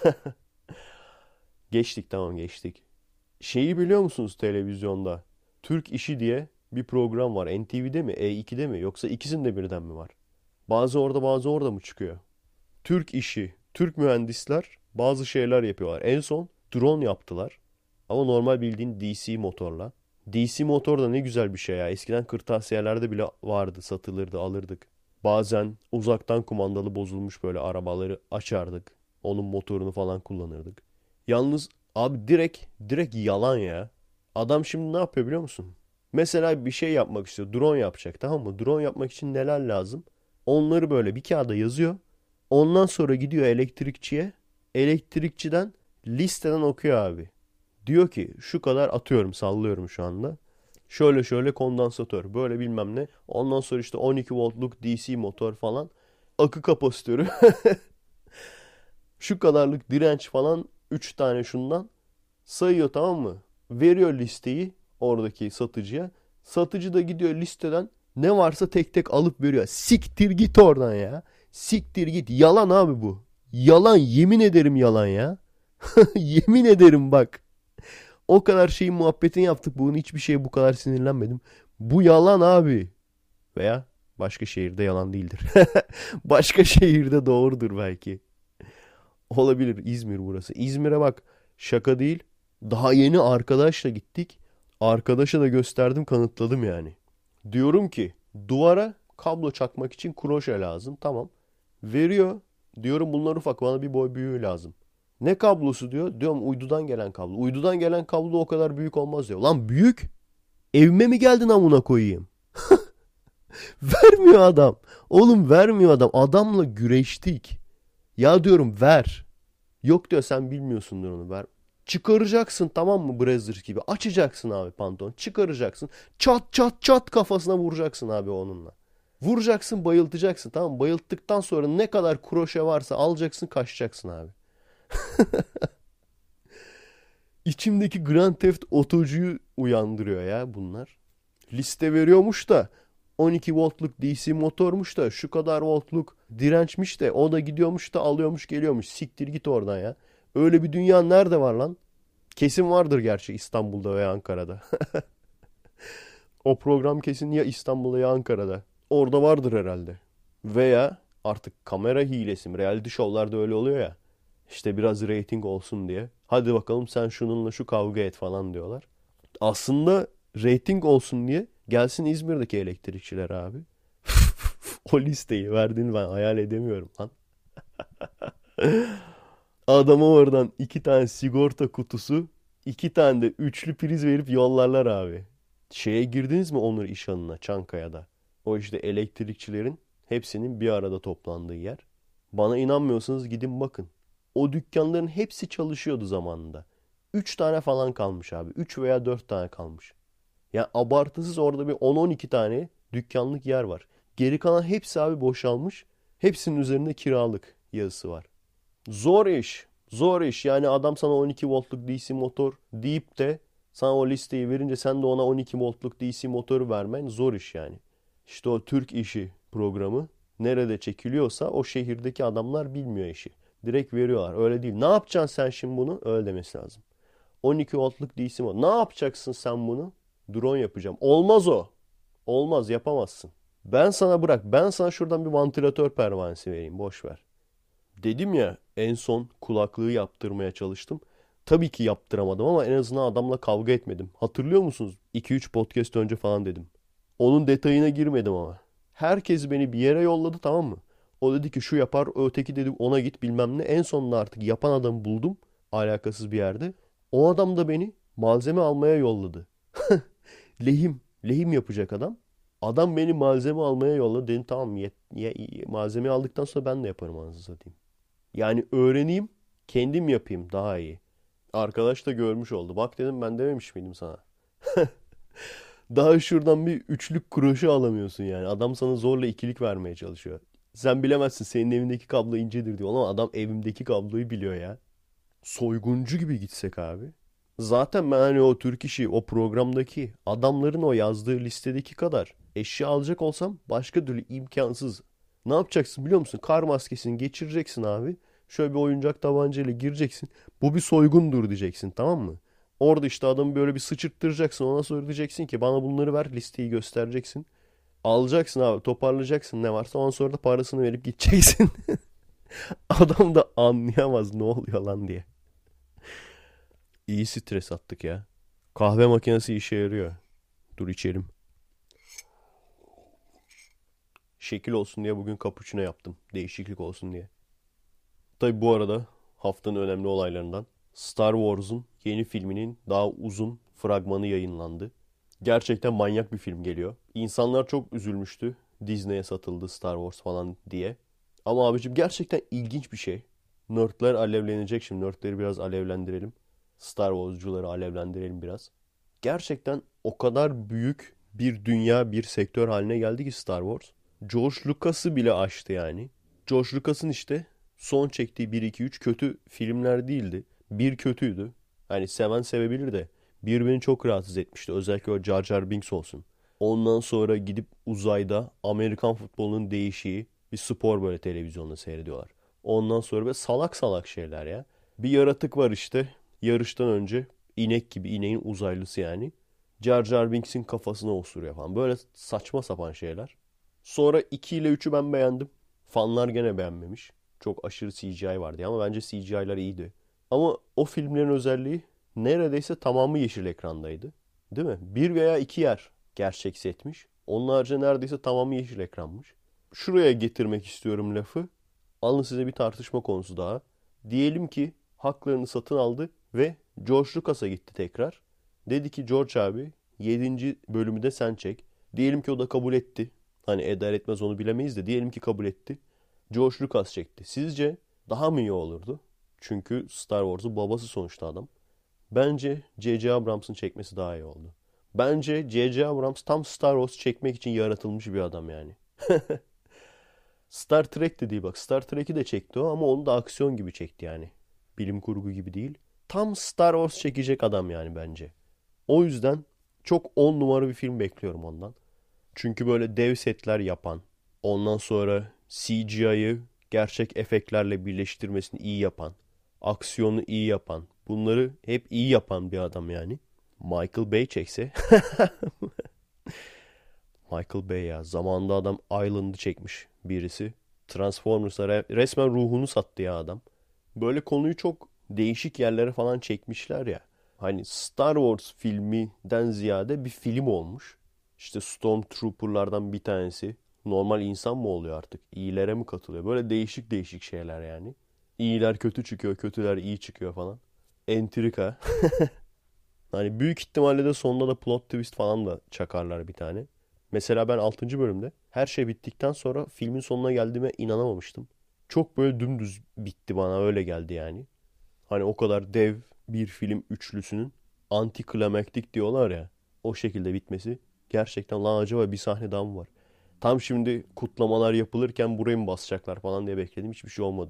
Geçtik, tamam, geçtik. Şeyi biliyor musunuz televizyonda? Türk İşi diye bir program var. NTV'de mi? E2'de mi? Yoksa ikisinde birden mi var? Bazı orada bazı orada mı çıkıyor? Türk İşi. Türk mühendisler bazı şeyler yapıyorlar. En son drone yaptılar. Ama normal bildiğin DC motorla. DC motor da ne güzel bir şey ya. Eskiden kırtasiyelerde bile vardı. Satılırdı, alırdık. Bazen uzaktan kumandalı bozulmuş böyle arabaları açardık. Onun motorunu falan kullanırdık. Yalnız abi direkt yalan ya. Adam şimdi ne yapıyor biliyor musun? Mesela bir şey yapmak istiyor. Drone yapacak, tamam mı? Drone yapmak için neler lazım? Onları böyle bir kağıda yazıyor. Ondan sonra gidiyor elektrikçiye. Elektrikçiden listeden okuyor abi. Diyor ki şu kadar atıyorum, sallıyorum şu anda. Şöyle şöyle kondansatör, böyle bilmem ne. Ondan sonra işte 12 voltluk DC motor falan. Akı kapasitörü. Şu kadarlık direnç falan, 3 tane şundan. Sayıyor, tamam mı? Veriyor listeyi oradaki satıcıya. Satıcı da gidiyor listeden ne varsa tek tek alıp veriyor. Siktir git oradan ya. Siktir git. Yalan abi bu. Yalan, yemin ederim yalan ya. Yemin ederim bak. O kadar şeyin muhabbetini yaptık. Bunun hiçbir şeye bu kadar sinirlenmedim. Bu yalan abi. Veya başka şehirde yalan değildir. Başka şehirde doğrudur belki. Olabilir, İzmir burası. İzmir'e bak, şaka değil. Daha yeni arkadaşla gittik. Arkadaşa da gösterdim, kanıtladım yani. Diyorum ki duvara kablo çakmak için kroşe lazım. Tamam. Veriyor. Diyorum bunlar ufak, bana bir boy büyüğü lazım. Ne kablosu diyor. Diyorum uydudan gelen kablo. Uydudan gelen kablo o kadar büyük olmaz diyor. Lan büyük. Evime mi geldin amına koyayım? Vermiyor adam. Oğlum vermiyor adam. Adamla güreştik. Ya diyorum ver. Yok diyor, sen bilmiyorsundur onu, ver. Çıkaracaksın, tamam mı, Brazzers gibi. Açacaksın abi pantolon. Çıkaracaksın. Çat çat çat kafasına vuracaksın abi onunla. Vuracaksın, bayıltacaksın, tamam mı? Bayılttıktan sonra ne kadar kroşe varsa alacaksın, kaçacaksın abi. İçimdeki Grand Theft Auto'cuyu uyandırıyor ya bunlar. Liste veriyormuş da 12 voltluk DC motormuş da şu kadar voltluk dirençmiş de o da gidiyormuş da alıyormuş geliyormuş. Siktir git oradan ya. Öyle bir dünya nerede var lan? Kesin vardır gerçi İstanbul'da veya Ankara'da. O program kesin ya İstanbul'da ya Ankara'da. Orada vardır herhalde. Veya artık kamera hilesi mi? Reality show'larda öyle oluyor ya. İşte biraz rating olsun diye. Hadi bakalım sen şununla şu kavga et falan diyorlar. Aslında rating olsun diye gelsin İzmir'deki elektrikçiler abi. O listeyi verdiğini ben hayal edemiyorum lan. Adama oradan 2 tane sigorta kutusu, 2 tane de üçlü priz verip yollarlar abi. Şeye girdiniz mi Onur İşhanı'na Çankaya'da? O işte elektrikçilerin hepsinin bir arada toplandığı yer. Bana inanmıyorsanız gidin bakın. O dükkanların hepsi çalışıyordu zamanında. 3 tane falan kalmış abi. 3 veya 4 tane kalmış. Yani abartısız orada bir 10-12 tane dükkanlık yer var. Geri kalan hepsi abi boşalmış. Hepsinin üzerinde kiralık yazısı var. Zor iş. Zor iş. Yani adam sana 12 voltluk DC motor deyip de sana o listeyi verince sen de ona 12 voltluk DC motoru vermen zor iş yani. İşte o Türk işi programı nerede çekiliyorsa o şehirdeki adamlar bilmiyor işi. Direkt veriyorlar. Öyle değil. Ne yapacaksın sen şimdi bunu? Öyle demesi lazım. 12 voltluk DC motor. Ne yapacaksın sen bunu? Drone yapacağım. Olmaz o. Olmaz, yapamazsın. Ben sana bırak. Ben sana şuradan bir vantilatör pervanesi vereyim. Boş ver. Dedim ya, en son kulaklığı yaptırmaya çalıştım. Tabii ki yaptıramadım ama en azından adamla kavga etmedim. Hatırlıyor musunuz? 2-3 podcast önce falan dedim. Onun detayına girmedim ama. Herkes beni bir yere yolladı, tamam mı? O dedi ki şu yapar, öteki dedi ona git bilmem ne. En sonunda artık yapan adamı buldum. Alakasız bir yerde. O adam da beni malzeme almaya yolladı. Lehim. Lehim yapacak adam. Adam beni malzeme almaya yolladı. Dedim tamam, malzemeyi aldıktan sonra ben de yaparım anasını satayım. Yani öğreneyim, kendim yapayım daha iyi. Arkadaş da görmüş oldu. Bak dedim, ben dememiş miydim sana? Daha şuradan bir üçlük kroşe alamıyorsun yani. Adam sana zorla ikilik vermeye çalışıyor. Sen bilemezsin, senin evindeki kablo incedir diyor. Ama adam evimdeki kabloyu biliyor ya. Soyguncu gibi gitsek abi. Zaten ben hani o Türk işi, o programdaki adamların o yazdığı listedeki kadar eşya alacak olsam başka türlü imkansız. Ne yapacaksın biliyor musun? Kar maskesini geçireceksin abi. Şöyle bir oyuncak tabancayla gireceksin. Bu bir soygundur diyeceksin, tamam mı? Orada işte adamı böyle bir sıçırttıracaksın. Ondan sonra diyeceksin ki bana bunları ver, listeyi göstereceksin. Alacaksın abi, toparlayacaksın ne varsa, ondan sonra da parasını verip gideceksin. Adam da anlayamaz ne oluyor lan diye. İyi stres attık ya. Kahve makinesi işe yarıyor. Dur içelim. Şekil olsun diye bugün cappuccino yaptım. Değişiklik olsun diye. Tabi bu arada haftanın önemli olaylarından Star Wars'un yeni filminin daha uzun fragmanı yayınlandı. Gerçekten manyak bir film geliyor. İnsanlar çok üzülmüştü. Disney'e satıldı Star Wars falan diye. Ama abicim gerçekten ilginç bir şey. Nerdler alevlenecek şimdi. Nerdleri biraz alevlendirelim. Star Wars'cuları alevlendirelim biraz. Gerçekten o kadar büyük bir dünya, bir sektör haline geldi ki Star Wars. George Lucas'ı bile aştı yani. George Lucas'ın işte son çektiği bir 2 3 kötü filmler değildi. Bir kötüydü. Hani seven sevebilir de. Bir beni çok rahatsız etmişti. Özellikle o Jar Jar Binks olsun. Ondan sonra gidip uzayda Amerikan futbolunun değişiği bir spor böyle televizyonda seyrediyorlar. Ondan sonra böyle salak salak şeyler ya. Bir yaratık var işte yarıştan önce inek gibi ineğin uzaylısı yani. Jar Jar Binks'in kafasına osuruyor falan. Böyle saçma sapan şeyler. Sonra 2 ile 3'ü ben beğendim. Fanlar gene beğenmemiş. Çok aşırı CGI vardı ama bence CGI'lar iyiydi. Ama o filmlerin özelliği neredeyse tamamı yeşil ekrandaydı. Değil mi? Bir veya iki yer gerçek setmiş. Onun harici neredeyse tamamı yeşil ekranmış. Şuraya getirmek istiyorum lafı. Alın size bir tartışma konusu daha. Diyelim ki haklarını satın aldı ve George Lucas'a gitti tekrar. Dedi ki George abi 7. bölümü de sen çek. Diyelim ki o da kabul etti. Hani eder etmez onu bilemeyiz de diyelim ki kabul etti. George Lucas çekti. Sizce daha mı iyi olurdu? Çünkü Star Wars'un babası sonuçta adam. Bence J.J. Abrams'ın çekmesi daha iyi oldu. Bence J.J. Abrams tam Star Wars çekmek için yaratılmış bir adam yani. Star Trek dediği bak. Star Trek'i de çekti o ama onu da aksiyon gibi çekti yani. Bilim kurgu gibi değil. Tam Star Wars çekecek adam yani bence. O yüzden çok 10 numara bir film bekliyorum ondan. Çünkü böyle dev setler yapan, ondan sonra CGI'yi gerçek efektlerle birleştirmesini iyi yapan, aksiyonu iyi yapan, bunları hep iyi yapan bir adam yani. Michael Bay çekse. Michael Bay ya. Zamanında adam Island'ı çekmiş birisi. Transformers'a resmen ruhunu sattı ya adam. Böyle konuyu çok değişik yerlere falan çekmişler ya. Hani Star Wars filminden ziyade bir film olmuş. İşte Stormtrooper'lardan bir tanesi. Normal insan mı oluyor artık? İyilere mi katılıyor? Böyle değişik değişik şeyler yani. İyiler kötü çıkıyor, kötüler iyi çıkıyor falan. Entrika. Hani büyük ihtimalle de sonunda da plot twist falan da çakarlar bir tane. Mesela ben 6. bölümde her şey bittikten sonra filmin sonuna geldiğime inanamamıştım. Çok böyle dümdüz bitti bana öyle geldi yani. Hani o kadar dev bir film üçlüsünün antiklimaktik diyorlar ya. O şekilde bitmesi gerçekten lan acaba bir sahne daha mı var? Tam şimdi kutlamalar yapılırken burayı mı basacaklar falan diye bekledim. Hiçbir şey olmadı.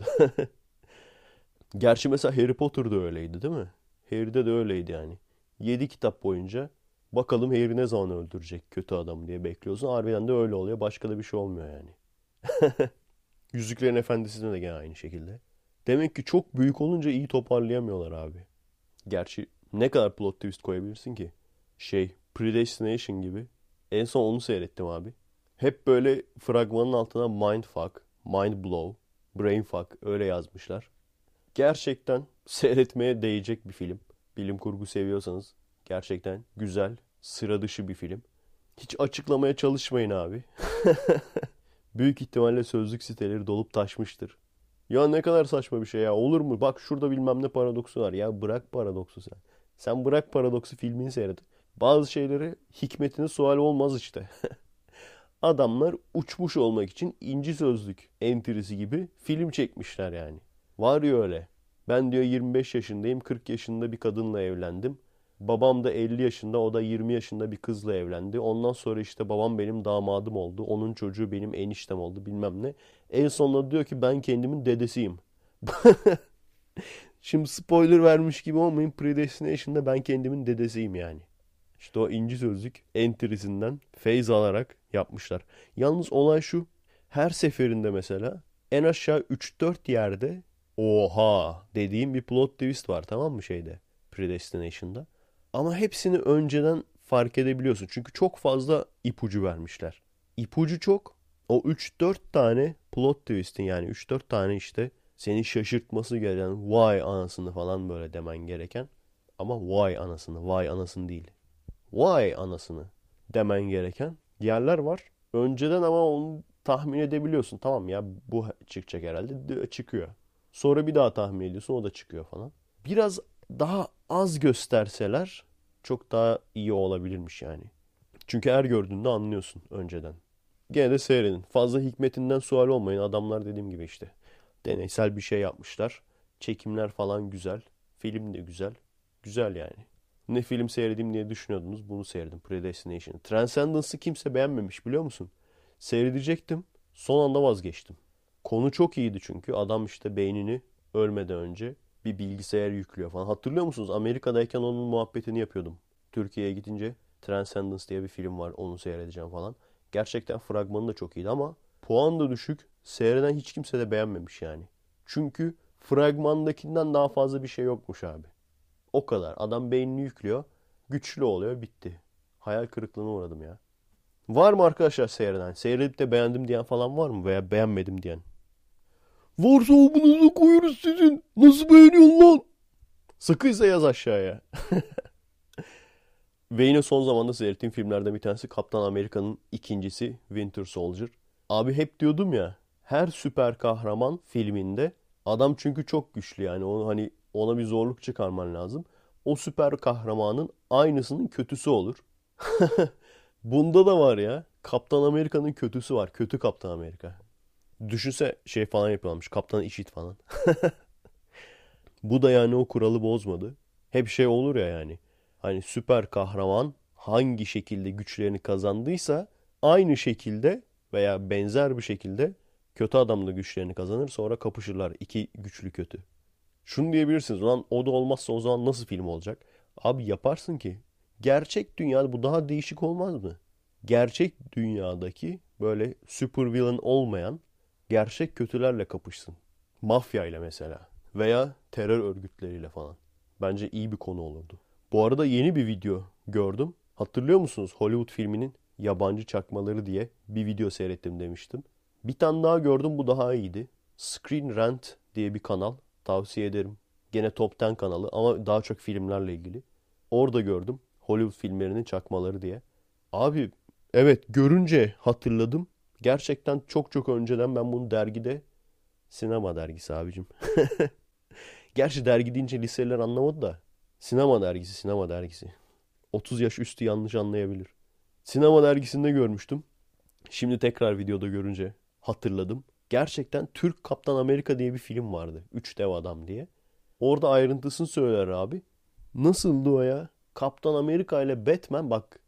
Gerçi mesela Harry Potter'da öyleydi değil mi? Harry'de de öyleydi yani. 7 kitap boyunca bakalım Harry ne zaman öldürecek kötü adam diye bekliyorsun. Harbiden de öyle oluyor. Başka da bir şey olmuyor yani. Yüzüklerin Efendisi'nde de gene aynı şekilde. Demek ki çok büyük olunca iyi toparlayamıyorlar abi. Gerçi ne kadar plot twist koyabilirsin ki? Predestination gibi. En son onu seyrettim abi. Hep böyle fragmanın altına mindfuck, mind blow, brain fuck öyle yazmışlar. Gerçekten seyretmeye değecek bir film. Bilim kurgu seviyorsanız gerçekten güzel, sıra dışı bir film. Hiç açıklamaya çalışmayın abi. Büyük ihtimalle sözlük siteleri dolup taşmıştır. Ya ne kadar saçma bir şey ya. Olur mu? Bak şurada bilmem ne paradoksu var. Ya bırak paradoksu sen. Sen bırak paradoksu filmini seyret. Bazı şeyleri hikmetine sual olmaz işte. Adamlar uçmuş olmak için inci sözlük entrisi gibi film çekmişler yani. Var ya öyle. Ben diyor 25 yaşındayım, 40 yaşında bir kadınla evlendim. Babam da 50 yaşında, o da 20 yaşında bir kızla evlendi. Ondan sonra işte babam benim damadım oldu. Onun çocuğu benim eniştem oldu bilmem ne. En sonunda diyor ki ben kendimin dedesiyim. Şimdi spoiler vermiş gibi olmayın. Predestination'da ben kendimin dedesiyim yani. İşte o inci sözlük entrisinden feyz alarak yapmışlar. Yalnız olay şu. Her seferinde mesela en aşağı 3-4 yerde oha dediğim bir plot twist var tamam mı şeyde Predestination'da. Ama hepsini önceden fark edebiliyorsun. Çünkü çok fazla ipucu vermişler. İpucu çok. O 3-4 tane plot twist'in yani 3-4 tane işte seni şaşırtması gereken vay anasını falan böyle demen gereken. Ama vay anasını, vay anasını değil. Vay anasını demen gereken yerler var. Önceden ama onu tahmin edebiliyorsun. Tamam ya bu çıkacak herhalde. Çıkıyor. Sonra bir daha tahmin ediyorsun o da çıkıyor falan. Biraz daha az gösterseler çok daha iyi olabilirmiş yani. Çünkü her gördüğünde anlıyorsun önceden. gene de seyredin. Fazla hikmetinden sual olmayın. Adamlar dediğim gibi işte deneysel bir şey yapmışlar. Çekimler falan güzel. Film de güzel. Güzel yani. Ne film seyredeyim diye düşünüyordunuz. Bunu seyredim. Predestination. Transcendence'ı kimse beğenmemiş biliyor musun? Seyredecektim. Son anda vazgeçtim. Konu çok iyiydi çünkü. Adam işte beynini ölmeden önce bir bilgisayar yüklüyor falan. Hatırlıyor musunuz? Amerika'dayken onun muhabbetini yapıyordum. Türkiye'ye gidince Transcendence diye bir film var. Onu seyredeceğim falan. Gerçekten fragmanı da çok iyiydi ama puan da düşük. Seyreden hiç kimse de beğenmemiş yani. Çünkü fragmandakinden daha fazla bir şey yokmuş abi. O kadar. Adam beynini yüklüyor. Güçlü oluyor. Bitti. Hayal kırıklığına uğradım ya. Var mı arkadaşlar seyreden? Seyredip de beğendim diyen falan var mı? Veya beğenmedim diyen? Varsa omunuza koyarız sizin. Nasıl beğeniyorsun lan? Sıkıysa yaz aşağıya. Ve yine son zamanda seyrettiğim filmlerden bir tanesi Kaptan Amerika'nın ikincisi Winter Soldier. Abi hep diyordum ya, her süper kahraman filminde adam çünkü çok güçlü yani hani ona bir zorluk çıkarman lazım. O süper kahramanın aynısının kötüsü olur. Bunda da var ya, Kaptan Amerika'nın kötüsü var. Kötü Kaptan Amerika. Düşünse şey falan yapıyorlarmış. Kaptan işit falan. Bu da yani o kuralı bozmadı. Hep şey olur ya yani. Hani süper kahraman hangi şekilde güçlerini kazandıysa aynı şekilde veya benzer bir şekilde kötü adam da güçlerini kazanır. Sonra kapışırlar iki güçlü kötü. Şunu diyebilirsiniz. Ulan o da olmazsa o zaman nasıl film olacak? Abi yaparsın ki. Gerçek dünyada bu daha değişik olmaz mı? Gerçek dünyadaki böyle super villain olmayan gerçek kötülerle kapışsın. Mafya ile mesela. Veya terör örgütleriyle falan. Bence iyi bir konu olurdu. Bu arada yeni bir video gördüm. Hatırlıyor musunuz? Hollywood filminin yabancı çakmaları diye bir video seyrettim demiştim. Bir tane daha gördüm, bu daha iyiydi. Screen Rant diye bir kanal. Tavsiye ederim. Gene Top 10 kanalı ama daha çok filmlerle ilgili. Orada gördüm. Hollywood filmlerinin çakmaları diye. Abi evet, görünce hatırladım. Gerçekten çok çok önceden ben bunu dergide, sinema dergisi abicim. Gerçi dergi deyince liseliler anlamadı da. Sinema dergisi, sinema dergisi. 30 yaş üstü yanlış anlayabilir. Sinema dergisinde görmüştüm. Şimdi tekrar videoda görünce hatırladım. Gerçekten Türk Kaptan Amerika diye bir film vardı. Üç Dev Adam diye. Orada ayrıntısını söyler abi. Nasıldı o ya? Kaptan Amerika ile Batman, bak.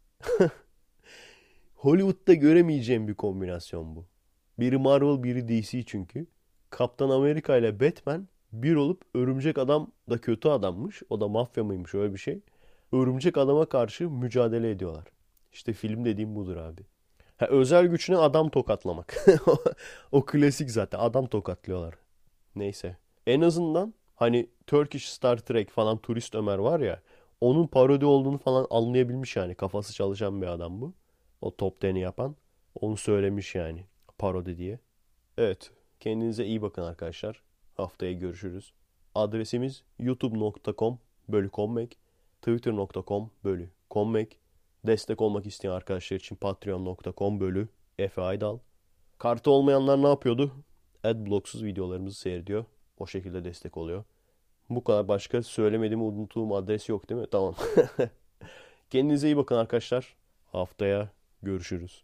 Hollywood'da göremeyeceğim bir kombinasyon bu. Biri Marvel, biri DC çünkü. Kaptan Amerika ile Batman bir olup Örümcek Adam da kötü adammış. O da mafya mıymış, öyle bir şey. Örümcek Adam'a karşı mücadele ediyorlar. İşte film dediğim budur abi. Ha, özel güçüne adam tokatlamak. O klasik zaten. Adam tokatlıyorlar. Neyse. En azından hani Turkish Star Trek falan, Turist Ömer var ya. Onun parodi olduğunu falan anlayabilmiş yani. Kafası çalışan bir adam bu. O Top 10'i yapan. Onu söylemiş yani. Parodi diye. Evet. Kendinize iyi bakın arkadaşlar. Haftaya görüşürüz. Adresimiz youtube.com/kommek, twitter.com/kommek. Destek olmak isteyen arkadaşlar için patreon.com/Efe Aydal. Kartı olmayanlar ne yapıyordu? Adblocksuz videolarımızı seyrediyor. O şekilde destek oluyor. Bu kadar, başka söylemediğimi unuttuğum adres yok değil mi? Tamam. Kendinize iyi bakın arkadaşlar. Haftaya görüşürüz.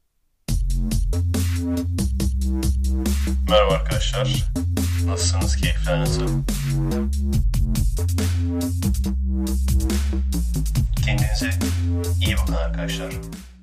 Merhaba arkadaşlar. Nasılsınız? Keyifler nasıl? Kendinize iyi bakın arkadaşlar.